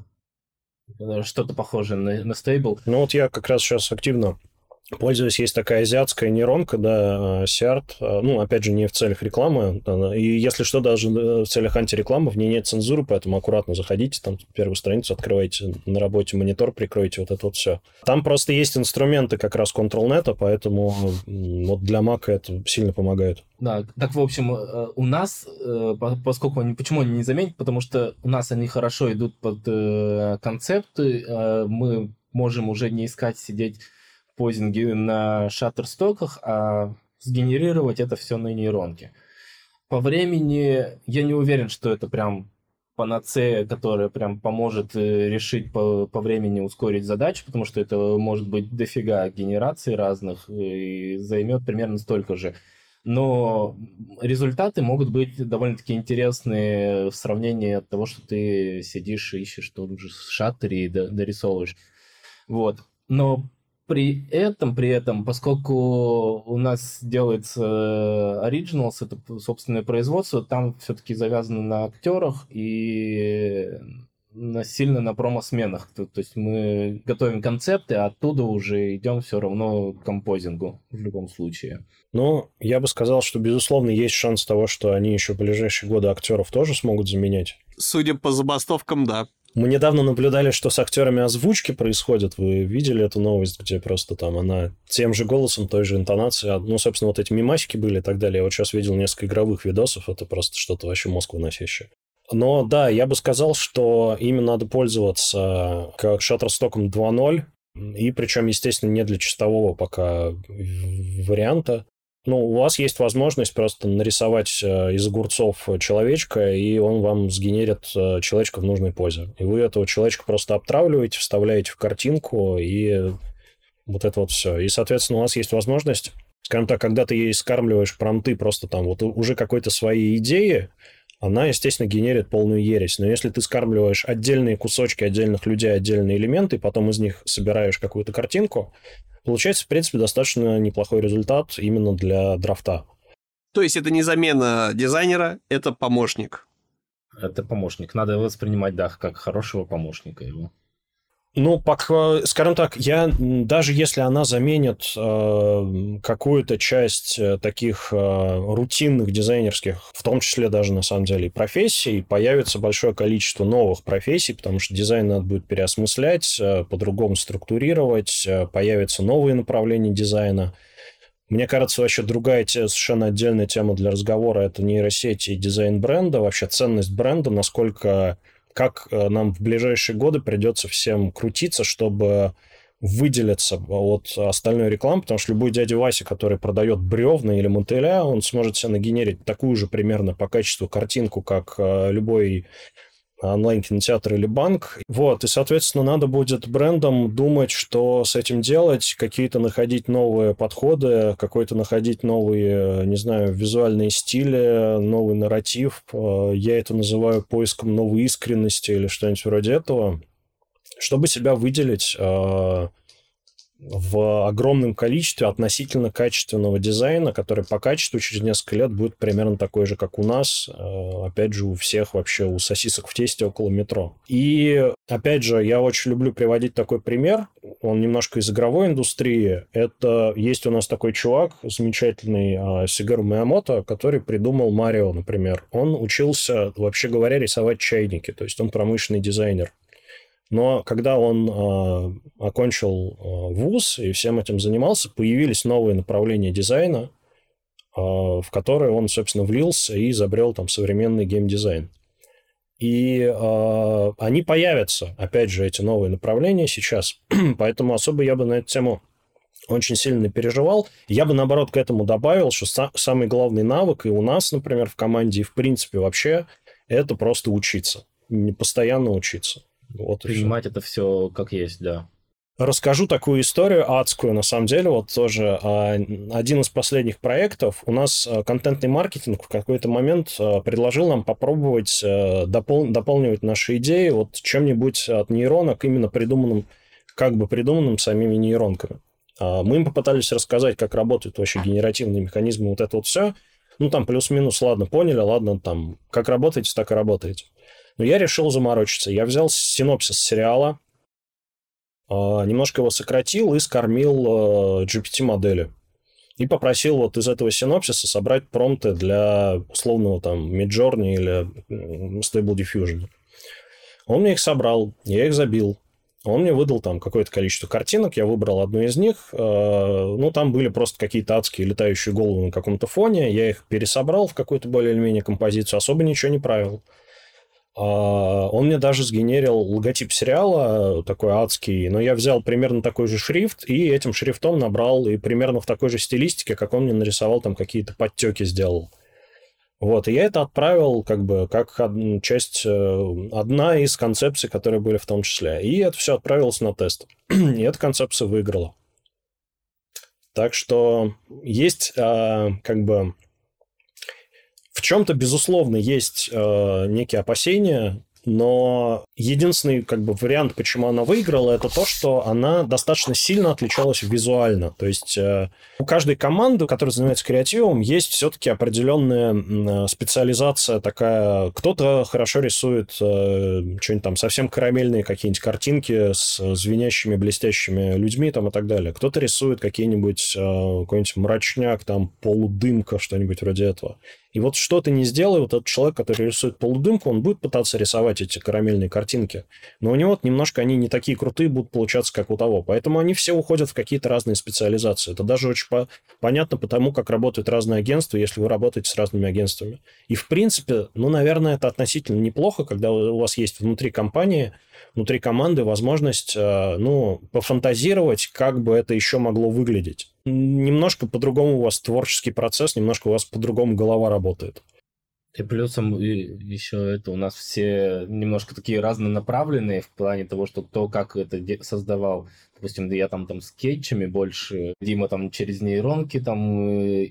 Что-то похожее на Stable. Я как раз сейчас активно... Пользуюсь, есть такая азиатская нейронка, да, C-Art, опять же, не в целях рекламы, и если что, даже в целях антирекламы, в ней нет цензуры, поэтому аккуратно заходите, там первую страницу открываете, на работе монитор прикройте, вот это вот все. Там просто есть инструменты как раз Control.net, поэтому для Mac это сильно помогает. Да, так, в общем, у нас, поскольку почему они не заменят, потому что у нас они хорошо идут под концепты, мы можем уже не искать сидеть позинги на шаттерстоках, а сгенерировать это все на нейронке. По времени я не уверен, что это прям панацея, которая прям поможет решить по времени ускорить задачу, потому что это может быть дофига генераций разных и займет примерно столько же. Но результаты могут быть довольно-таки интересные в сравнении от того, что ты сидишь и ищешь тот же шаттер и дорисовываешь. Вот. Но при этом, поскольку у нас делается Originals, это собственное производство, там все-таки завязано на актерах и сильно на промо-сменах. То есть мы готовим концепты, а оттуда уже идем все равно к композингу в любом случае. Я бы сказал, что, безусловно, есть шанс того, что они еще в ближайшие годы актеров тоже смогут заменять. Судя по забастовкам, да. Мы недавно наблюдали, что с актерами озвучки происходит. Вы видели эту новость, где просто там она тем же голосом, той же интонацией. Собственно, вот эти мемасики были и так далее. Я вот сейчас видел несколько игровых видосов. Это просто что-то вообще мозг выносящее. Но да, я бы сказал, что ими надо пользоваться как Shutterstock 2.0. И причем, естественно, не для чистового пока варианта. У вас есть возможность просто нарисовать из огурцов человечка, и он вам сгенерит человечка в нужной позе. И вы этого человечка просто обтравливаете, вставляете в картинку, и Вот это вот все. И, соответственно, у нас есть возможность, скажем так, когда ты ей скармливаешь промпты просто там вот уже какой-то своей идеи, она, естественно, генерит полную ересь. Но если ты скармливаешь отдельные кусочки отдельных людей, отдельные элементы, и потом из них собираешь какую-то картинку, получается, в принципе, достаточно неплохой результат именно для драфта. То есть это не замена дизайнера, это помощник. Это помощник. Надо его воспринимать, да, как хорошего помощника его. Ну, скажем так, даже если она заменит какую-то часть таких рутинных дизайнерских, в том числе даже, на самом деле, профессий, появится большое количество новых профессий, потому что дизайн надо будет переосмыслять, по-другому структурировать, появятся новые направления дизайна. Мне кажется, вообще другая совершенно отдельная тема для разговора – это нейросети и дизайн бренда, вообще ценность бренда, как нам в ближайшие годы придется всем крутиться, чтобы выделиться от остальной рекламы, потому что любой дядя Вася, который продает бревна или мотыля, он сможет себе нагенерить такую же примерно по качеству картинку, как любой онлайн-кинотеатр или банк. Вот, и, соответственно, надо будет брендам думать, что с этим делать, какие-то находить новые подходы, какой-то находить новые, не знаю, визуальные стили, новый нарратив. Я это называю поиском новой искренности или что-нибудь вроде этого, чтобы себя выделить в огромном количестве относительно качественного дизайна, который по качеству через несколько лет будет примерно такой же, как у нас, опять же, у всех вообще, у сосисок в тесте около метро. И, опять же, я очень люблю приводить такой пример, он немножко из игровой индустрии. Это есть у нас такой чувак, замечательный Сигару Миямото, который придумал Марио, например. Он учился, вообще говоря, рисовать чайники, то есть он промышленный дизайнер. Но когда он окончил вуз и всем этим занимался, появились новые направления дизайна, в которые он, собственно, влился и изобрел там современный геймдизайн. И они появятся, опять же, эти новые направления сейчас. Поэтому особо я бы на эту тему очень сильно переживал. Я бы, наоборот, к этому добавил, что самый главный навык и у нас, например, в команде, и в принципе вообще, это просто учиться. Постоянно учиться. Вот принимать это все как есть, да. Расскажу такую историю адскую, на самом деле, вот тоже один из последних проектов. У нас контентный маркетинг в какой-то момент предложил нам попробовать дополнивать наши идеи вот чем-нибудь от нейронок, именно придуманным самими нейронками. Мы им попытались рассказать, как работают вообще генеративные механизмы, вот это вот все. Ну, там плюс-минус, ладно, поняли, ладно, там, как работаете, так и работаете. Но я решил заморочиться. Я взял синопсис сериала, немножко его сократил и скормил GPT-модели. И попросил вот из этого синопсиса собрать промпты для условного там Midjourney или Stable Diffusion. Он мне их собрал, я их забил. Он мне выдал там какое-то количество картинок, я выбрал одну из них. Ну, там были просто какие-то адские летающие головы на каком-то фоне. Я их пересобрал в какую-то более-менее композицию, особо ничего не правил. Он мне даже сгенерил логотип сериала, такой адский, но я взял примерно такой же шрифт и этим шрифтом набрал и примерно в такой же стилистике, как он мне нарисовал, там какие-то подтеки сделал. Вот, и я это отправил как бы как часть, одна из концепций, которые были в том числе. И это все отправилось на тест. И эта концепция выиграла. Так что есть как бы... В чем-то, безусловно, есть некие опасения, но единственный как бы вариант, почему она выиграла, это то, что она достаточно сильно отличалась визуально. То есть у каждой команды, которая занимается креативом, есть все-таки определенная специализация такая. Кто-то хорошо рисует что-нибудь там совсем карамельные какие-нибудь картинки с звенящими, блестящими людьми там и так далее. Кто-то рисует какие-нибудь какой-нибудь мрачняк, там полудымка, что-нибудь вроде этого. И вот что ты не сделай, вот этот человек, который рисует полудымку, он будет пытаться рисовать эти карамельные картинки. Но у него немножко они не такие крутые будут получаться, как у того. Поэтому они все уходят в какие-то разные специализации. Это даже очень понятно потому, как работают разные агентства, если вы работаете с разными агентствами. И, в принципе, ну, наверное, это относительно неплохо, когда у вас есть внутри компании, внутри команды возможность, ну, пофантазировать, как бы это еще могло выглядеть. Немножко по-другому у вас творческий процесс, немножко у вас по-другому голова работает. И плюсом еще это у нас все немножко такие разнонаправленные в плане того, что кто как это создавал. Допустим, я там скетчами больше, Дима там через нейронки там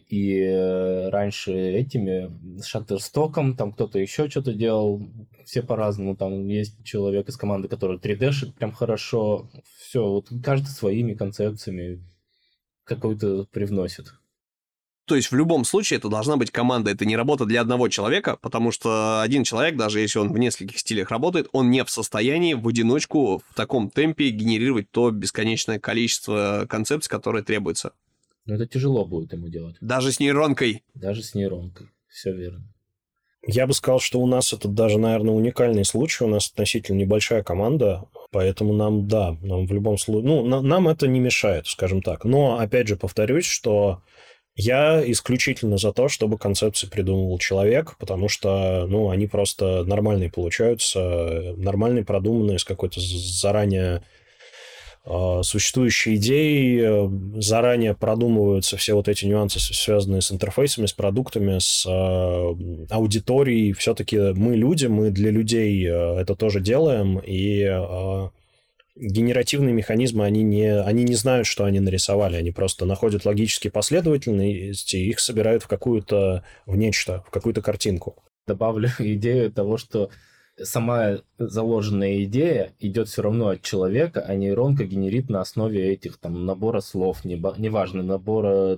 и раньше этими шаттерстоком, там кто-то еще что-то делал, все по-разному. Там есть человек из команды, который 3D-шит прям хорошо. Все, вот каждый своими концепциями какой-то привносит. То есть в любом случае это должна быть команда, это не работа для одного человека, потому что один человек, даже если он в нескольких стилях работает, он не в состоянии в одиночку в таком темпе генерировать то бесконечное количество концепций, которое требуется. Но это тяжело будет ему делать. Даже с нейронкой. Даже с нейронкой, все верно. Я бы сказал, что у нас это даже, наверное, уникальный случай. У нас относительно небольшая команда, поэтому нам в любом случае... нам это не мешает, скажем так. Но, опять же, повторюсь, что я исключительно за то, чтобы концепции придумывал человек, потому что, они просто нормальные получаются, нормальные, продуманные, с какой-то заранее существующей идеей, заранее продумываются все вот эти нюансы, связанные с интерфейсами, с продуктами, с аудиторией. Все-таки мы люди, мы для людей это тоже делаем, и... Генеративные механизмы, они не знают, что они нарисовали, они просто находят логические последовательности и их собирают в нечто, в какую-то картинку. Добавлю идею того, что сама заложенная идея идет все равно от человека, а нейронка генерит на основе этих набора слов, неважно, набора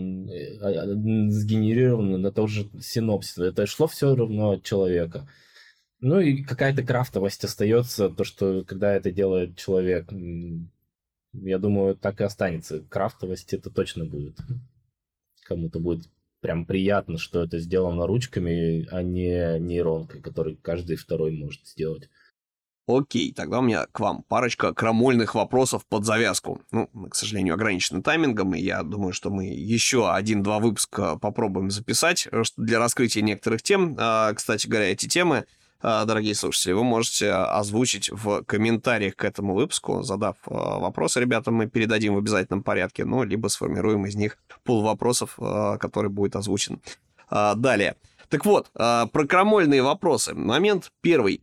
сгенерированный на тот же синопсис. Это шло все равно от человека. Ну и какая-то крафтовость остается, то, что когда это делает человек, я думаю, так и останется. Крафтовость это точно будет. Кому-то будет прям приятно, что это сделано ручками, а не нейронкой, которую каждый второй может сделать. Окей, тогда у меня к вам парочка крамольных вопросов под завязку. Мы, к сожалению, ограничены таймингом, и я думаю, что мы еще 1-2 выпуска попробуем записать для раскрытия некоторых тем. Кстати говоря, эти темы, дорогие слушатели, вы можете озвучить в комментариях к этому выпуску, задав вопросы ребятам, мы передадим в обязательном порядке, либо сформируем из них пул вопросов, который будет озвучен далее. Так вот, про крамольные вопросы. Момент первый.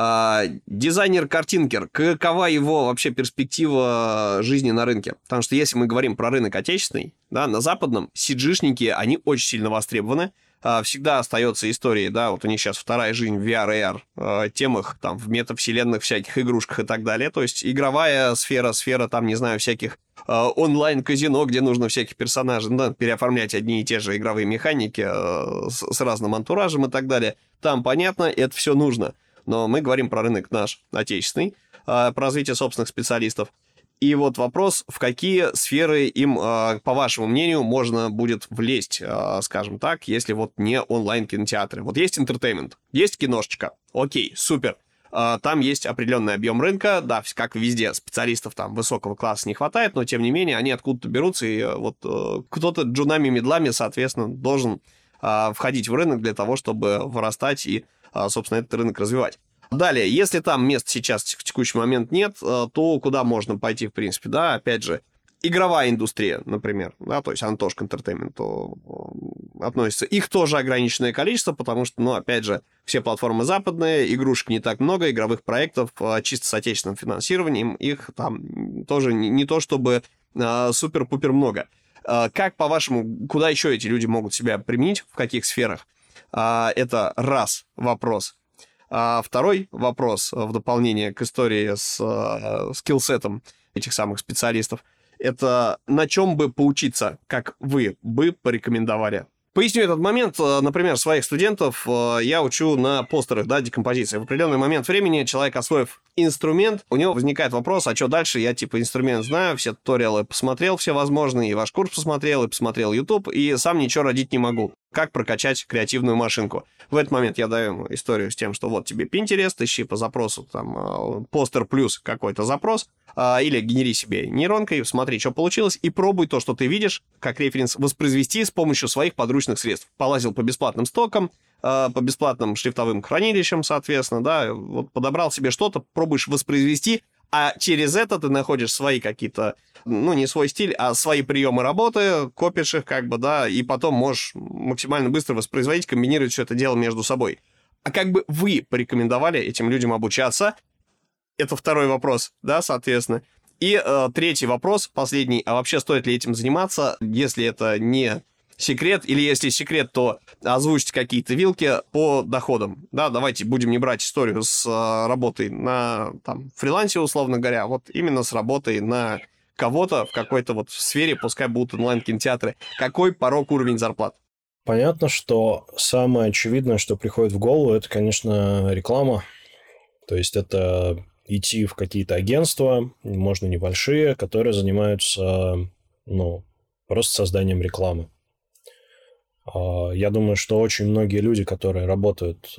Дизайнер-картинкер, какова его вообще перспектива жизни на рынке? Потому что если мы говорим про рынок отечественный, на западном CG-шники, они очень сильно востребованы. Всегда остается история, вот у них сейчас вторая жизнь в VR, AR темах, в метавселенных всяких игрушках и так далее. То есть игровая сфера, всяких онлайн-казино, где нужно всяких персонажей, переоформлять одни и те же игровые механики с разным антуражем и так далее. Там, понятно, это все нужно. Но мы говорим про рынок наш, отечественный, про развитие собственных специалистов. И вот вопрос, в какие сферы им, по вашему мнению, можно будет влезть, скажем так, если не онлайн-кинотеатры. Вот есть entertainment, есть киношечка, окей, супер. Там есть определенный объем рынка, как везде, специалистов высокого класса не хватает, но тем не менее они откуда-то берутся, и кто-то джунами-медлами, соответственно, должен входить в рынок для того, чтобы вырастать и, собственно, этот рынок развивать. Далее, если там мест сейчас в текущий момент нет, то куда можно пойти, в принципе, опять же, игровая индустрия, например, то есть она тоже к энтертейменту относится. Их тоже ограниченное количество, потому что, опять же, все платформы западные, игрушек не так много, игровых проектов чисто с отечественным финансированием, их там тоже не то чтобы супер-пупер много. Как, по-вашему, куда еще эти люди могут себя применить, в каких сферах? Это вопрос. Второй вопрос в дополнение к истории с скиллсетом этих самых специалистов. Это на чем бы поучиться, как вы бы порекомендовали? Поясню этот момент. Например, своих студентов я учу на постерах, декомпозиции. В определенный момент времени человек, освоив инструмент, у него возникает вопрос, а что дальше? Я инструмент знаю, все туториалы посмотрел, все возможные, и ваш курс посмотрел, и посмотрел YouTube, и сам ничего родить не могу. Как прокачать креативную машинку? В этот момент я даю ему историю с тем, что вот тебе Pinterest, ищи по запросу постер плюс какой-то запрос, или генери себе нейронкой, смотри, что получилось, и пробуй то, что ты видишь, как референс воспроизвести с помощью своих подручных средств. Полазил по бесплатным стокам, по бесплатным шрифтовым хранилищам, соответственно, подобрал себе что-то, пробуешь воспроизвести, а через это ты находишь свои какие-то, не свой стиль, а свои приемы работы, копишь их, и потом можешь максимально быстро воспроизводить, комбинировать все это дело между собой. А как бы вы порекомендовали этим людям обучаться? Это второй вопрос, да, соответственно. И третий вопрос, последний. А вообще стоит ли этим заниматься, если это не секрет? Или если секрет, то озвучьте какие-то вилки по доходам. Да, давайте будем не брать историю с работой на фрилансе, условно говоря, вот именно с работой на кого-то в какой-то вот сфере, пускай будут онлайн-кинотеатры. Какой порог, уровень зарплат? Понятно, что самое очевидное, что приходит в голову, это, конечно, реклама. То есть это идти в какие-то агентства, можно небольшие, которые занимаются, просто созданием рекламы. Я думаю, что очень многие люди, которые работают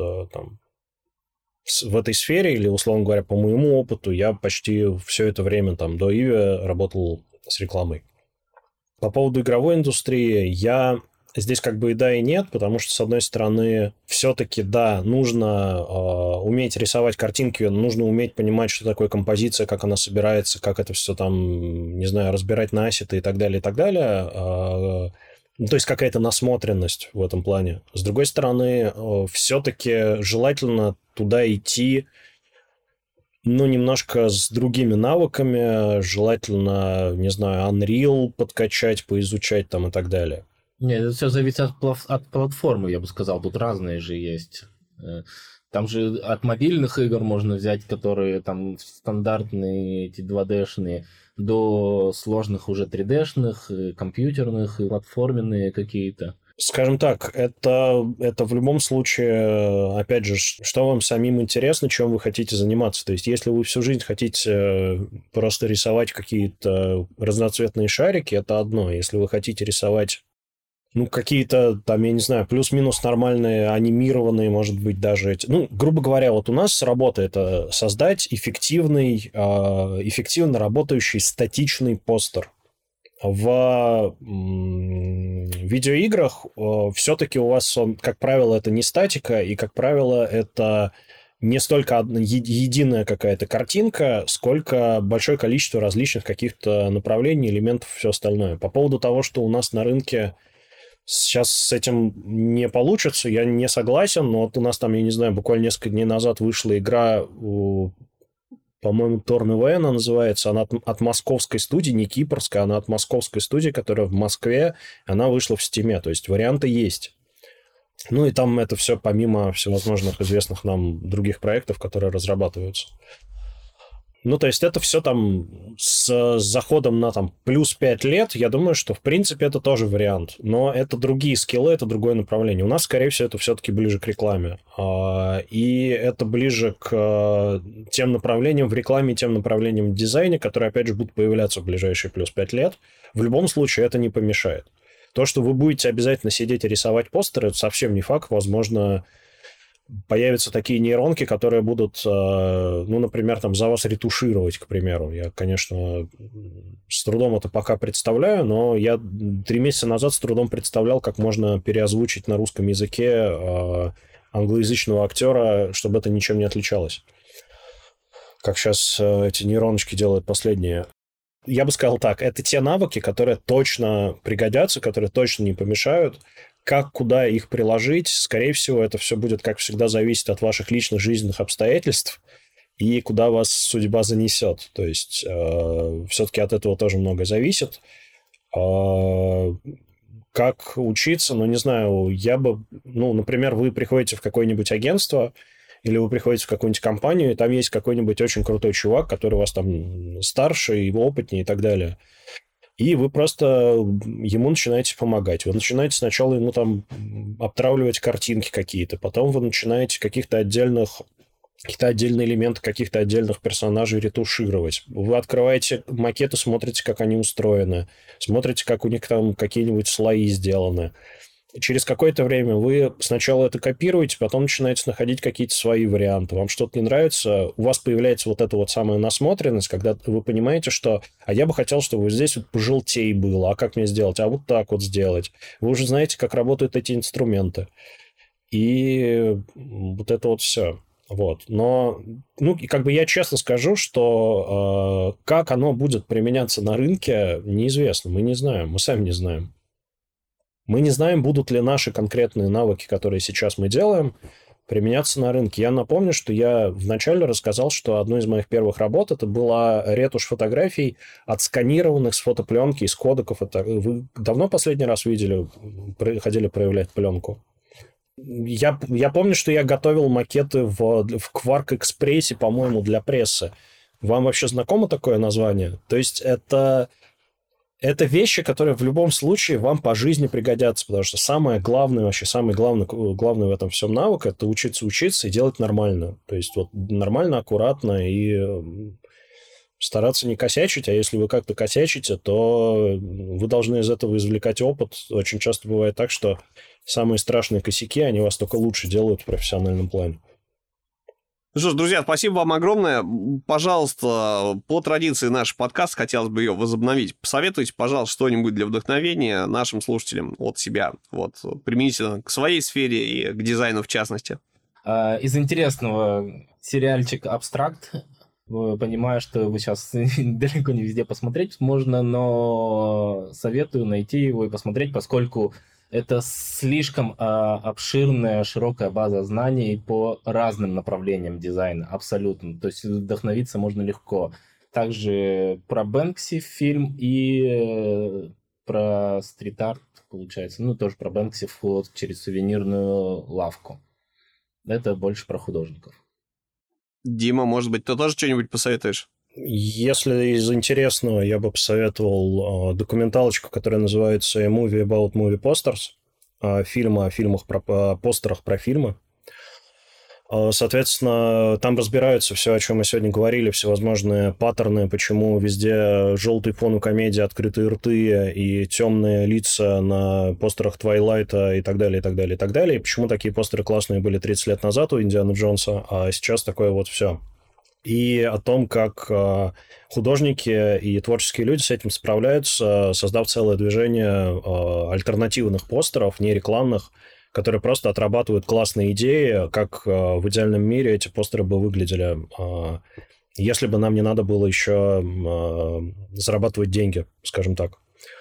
в этой сфере, или, условно говоря, по моему опыту, я почти все это время до Иви работал с рекламой. По поводу игровой индустрии, я здесь как бы и да, и нет, потому что, с одной стороны, все-таки, да, нужно уметь рисовать картинки, нужно уметь понимать, что такое композиция, как она собирается, как это все разбирать на ассеты и так далее, и так далее. То есть какая-то насмотренность в этом плане. С другой стороны, все-таки желательно туда идти, немножко с другими навыками, желательно, не знаю, Unreal подкачать, поизучать и так далее. Нет, это все зависит от платформы, я бы сказал. Тут разные же есть. Там же от мобильных игр можно взять, которые стандартные, эти 2D-шные, до сложных уже 3D-шных, компьютерных, и платформенные какие-то. Скажем так, это в любом случае, опять же, что вам самим интересно, чем вы хотите заниматься. То есть, если вы всю жизнь хотите просто рисовать какие-то разноцветные шарики, это одно. Если вы хотите рисовать какие-то, я не знаю, плюс-минус нормальные, анимированные, может быть, даже эти... грубо говоря, вот у нас работа — это создать эффективно работающий статичный постер. В видеоиграх все-таки у вас, как правило, это не статика, и, как правило, это не столько единая какая-то картинка, сколько большое количество различных каких-то направлений, элементов и все остальное. По поводу того, что у нас на рынке сейчас с этим не получится, я не согласен, но вот у нас я не знаю, буквально несколько дней назад вышла игра, по-моему, Торн ИВ она называется, она от московской студии, не кипрской, она от московской студии, которая в Москве, она вышла в Стиме, то есть варианты есть. И там это все помимо всевозможных известных нам других проектов, которые разрабатываются. То есть это все с заходом на плюс 5 лет, я думаю, что, в принципе, это тоже вариант. Но это другие скиллы, это другое направление. У нас, скорее всего, это все-таки ближе к рекламе. И это ближе к тем направлениям в рекламе, тем направлениям в дизайне, которые, опять же, будут появляться в ближайшие плюс 5 лет. В любом случае, это не помешает. То, что вы будете обязательно сидеть и рисовать постеры, это совсем не факт. Возможно, появятся такие нейронки, которые будут, например, за вас ретушировать, к примеру. Я, конечно, с трудом это пока представляю, но я 3 месяца назад с трудом представлял, как можно переозвучить на русском языке англоязычного актера, чтобы это ничем не отличалось. Как сейчас эти нейроночки делают последние. Я бы сказал так, это те навыки, которые точно пригодятся, которые точно не помешают. Как, куда их приложить, скорее всего, это все будет, как всегда, зависеть от ваших личных жизненных обстоятельств и куда вас судьба занесет. То есть, все-таки от этого тоже многое зависит. Как учиться, не знаю, я бы... например, вы приходите в какое-нибудь агентство или вы приходите в какую-нибудь компанию, и там есть какой-нибудь очень крутой чувак, который у вас старше, его опытнее и так далее. И вы просто ему начинаете помогать. Вы начинаете сначала ему обтравливать картинки какие-то, потом вы начинаете какие-то отдельные элементы каких-то отдельных персонажей ретушировать. Вы открываете макеты, смотрите, как они устроены, смотрите, как у них какие-нибудь слои сделаны. Через какое-то время вы сначала это копируете, потом начинаете находить какие-то свои варианты. Вам что-то не нравится, у вас появляется вот эта вот самая насмотренность, когда вы понимаете, что я бы хотел, чтобы вот здесь вот пожелтей было, а как мне сделать, а вот так вот сделать. Вы уже знаете, как работают эти инструменты. И вот это вот все. Вот. Но, я честно скажу, что как оно будет применяться на рынке, неизвестно. Мы не знаем, мы сами не знаем. Мы не знаем, будут ли наши конкретные навыки, которые сейчас мы делаем, применяться на рынке. Я напомню, что я вначале рассказал, что одной из моих первых работ это была ретушь фотографий, отсканированных с фотопленки, из кодеков. Вы давно последний раз ходили проявлять пленку? Я помню, что я готовил макеты в Quark Express, по-моему, для прессы. Вам вообще знакомо такое название? То есть это вещи, которые в любом случае вам по жизни пригодятся, потому что самый главный в этом всем навык – это учиться и делать нормально. То есть вот нормально, аккуратно и стараться не косячить, а если вы как-то косячите, то вы должны из этого извлекать опыт. Очень часто бывает так, что самые страшные косяки, они вас только лучше делают в профессиональном плане. Ну что ж, друзья, спасибо вам огромное. Пожалуйста, по традиции наш подкаст, хотелось бы ее возобновить. Посоветуйте, пожалуйста, что-нибудь для вдохновения нашим слушателям от себя. Вот, применительно к своей сфере и к дизайну в частности. Из интересного сериальчик «Абстракт». Понимаю, что вы сейчас далеко не везде посмотреть можно, но советую найти его и посмотреть, поскольку это слишком обширная, широкая база знаний по разным направлениям дизайна, абсолютно. То есть вдохновиться можно легко. Также про Бэнкси фильм и про стрит-арт, получается. Ну, тоже про Бэнкси вход через сувенирную лавку. Это больше про художников. Дима, может быть, ты тоже что-нибудь посоветуешь? Если из интересного, я бы посоветовал документалочку, которая называется «A Movie About Movie Posters», фильм о фильмах, постерах про фильмы. Соответственно, там разбираются все, о чем мы сегодня говорили, всевозможные паттерны, почему везде желтый фон у комедии, открытые рты и темные лица на постерах Твайлайта и так далее, и так далее, и так далее. И почему такие постеры классные были 30 лет назад у Индианы Джонса, а сейчас такое вот все. И о том, как художники и творческие люди с этим справляются, создав целое движение альтернативных постеров, не рекламных, которые просто отрабатывают классные идеи, как в идеальном мире эти постеры бы выглядели, если бы нам не надо было еще зарабатывать деньги, скажем так.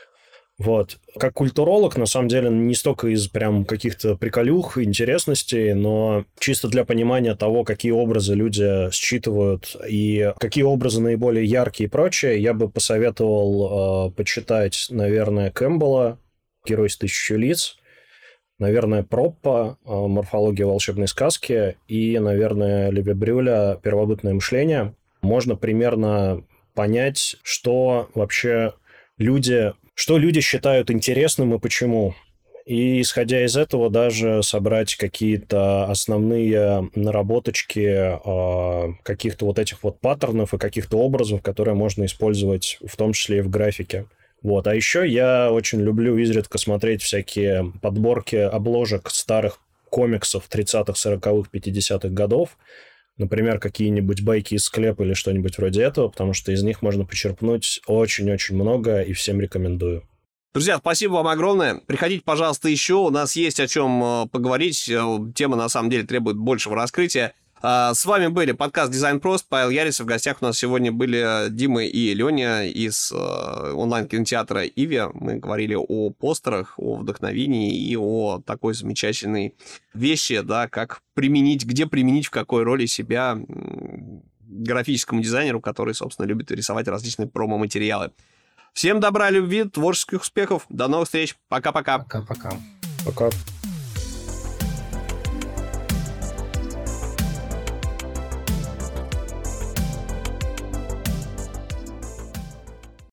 Вот. Как культуролог, на самом деле, не столько из прям каких-то приколюх, интересностей, но чисто для понимания того, какие образы люди считывают и какие образы наиболее яркие и прочее, я бы посоветовал почитать, наверное, Кэмпбелла «Герой с 1000 лиц», наверное, Проппа «Морфология волшебной сказки» и, наверное, Леви Брюля «Первобытное мышление». Можно примерно понять, что вообще люди считают интересным и почему. И, исходя из этого, даже собрать какие-то основные наработочки каких-то вот этих вот паттернов и каких-то образов, которые можно использовать в том числе и в графике. Вот. А еще я очень люблю изредка смотреть всякие подборки обложек старых комиксов 30-х, 40-х, 50-х годов. Например, какие-нибудь байки из склепа или что-нибудь вроде этого, потому что из них можно почерпнуть очень-очень много, и всем рекомендую. Друзья, спасибо вам огромное. Приходите, пожалуйста, еще. У нас есть о чем поговорить. Тема, на самом деле, требует большего раскрытия. С вами были подкаст «Дизайн прост», Павел Ярец. В гостях у нас сегодня были Дима и Леня из онлайн-кинотеатра «Иви». Мы говорили о постерах, о вдохновении и о такой замечательной вещи, да, как применить, где применить, в какой роли себя графическому дизайнеру, который, собственно, любит рисовать различные промо-материалы. Всем добра, любви, творческих успехов. До новых встреч. Пока-пока. Пока-пока. Пока.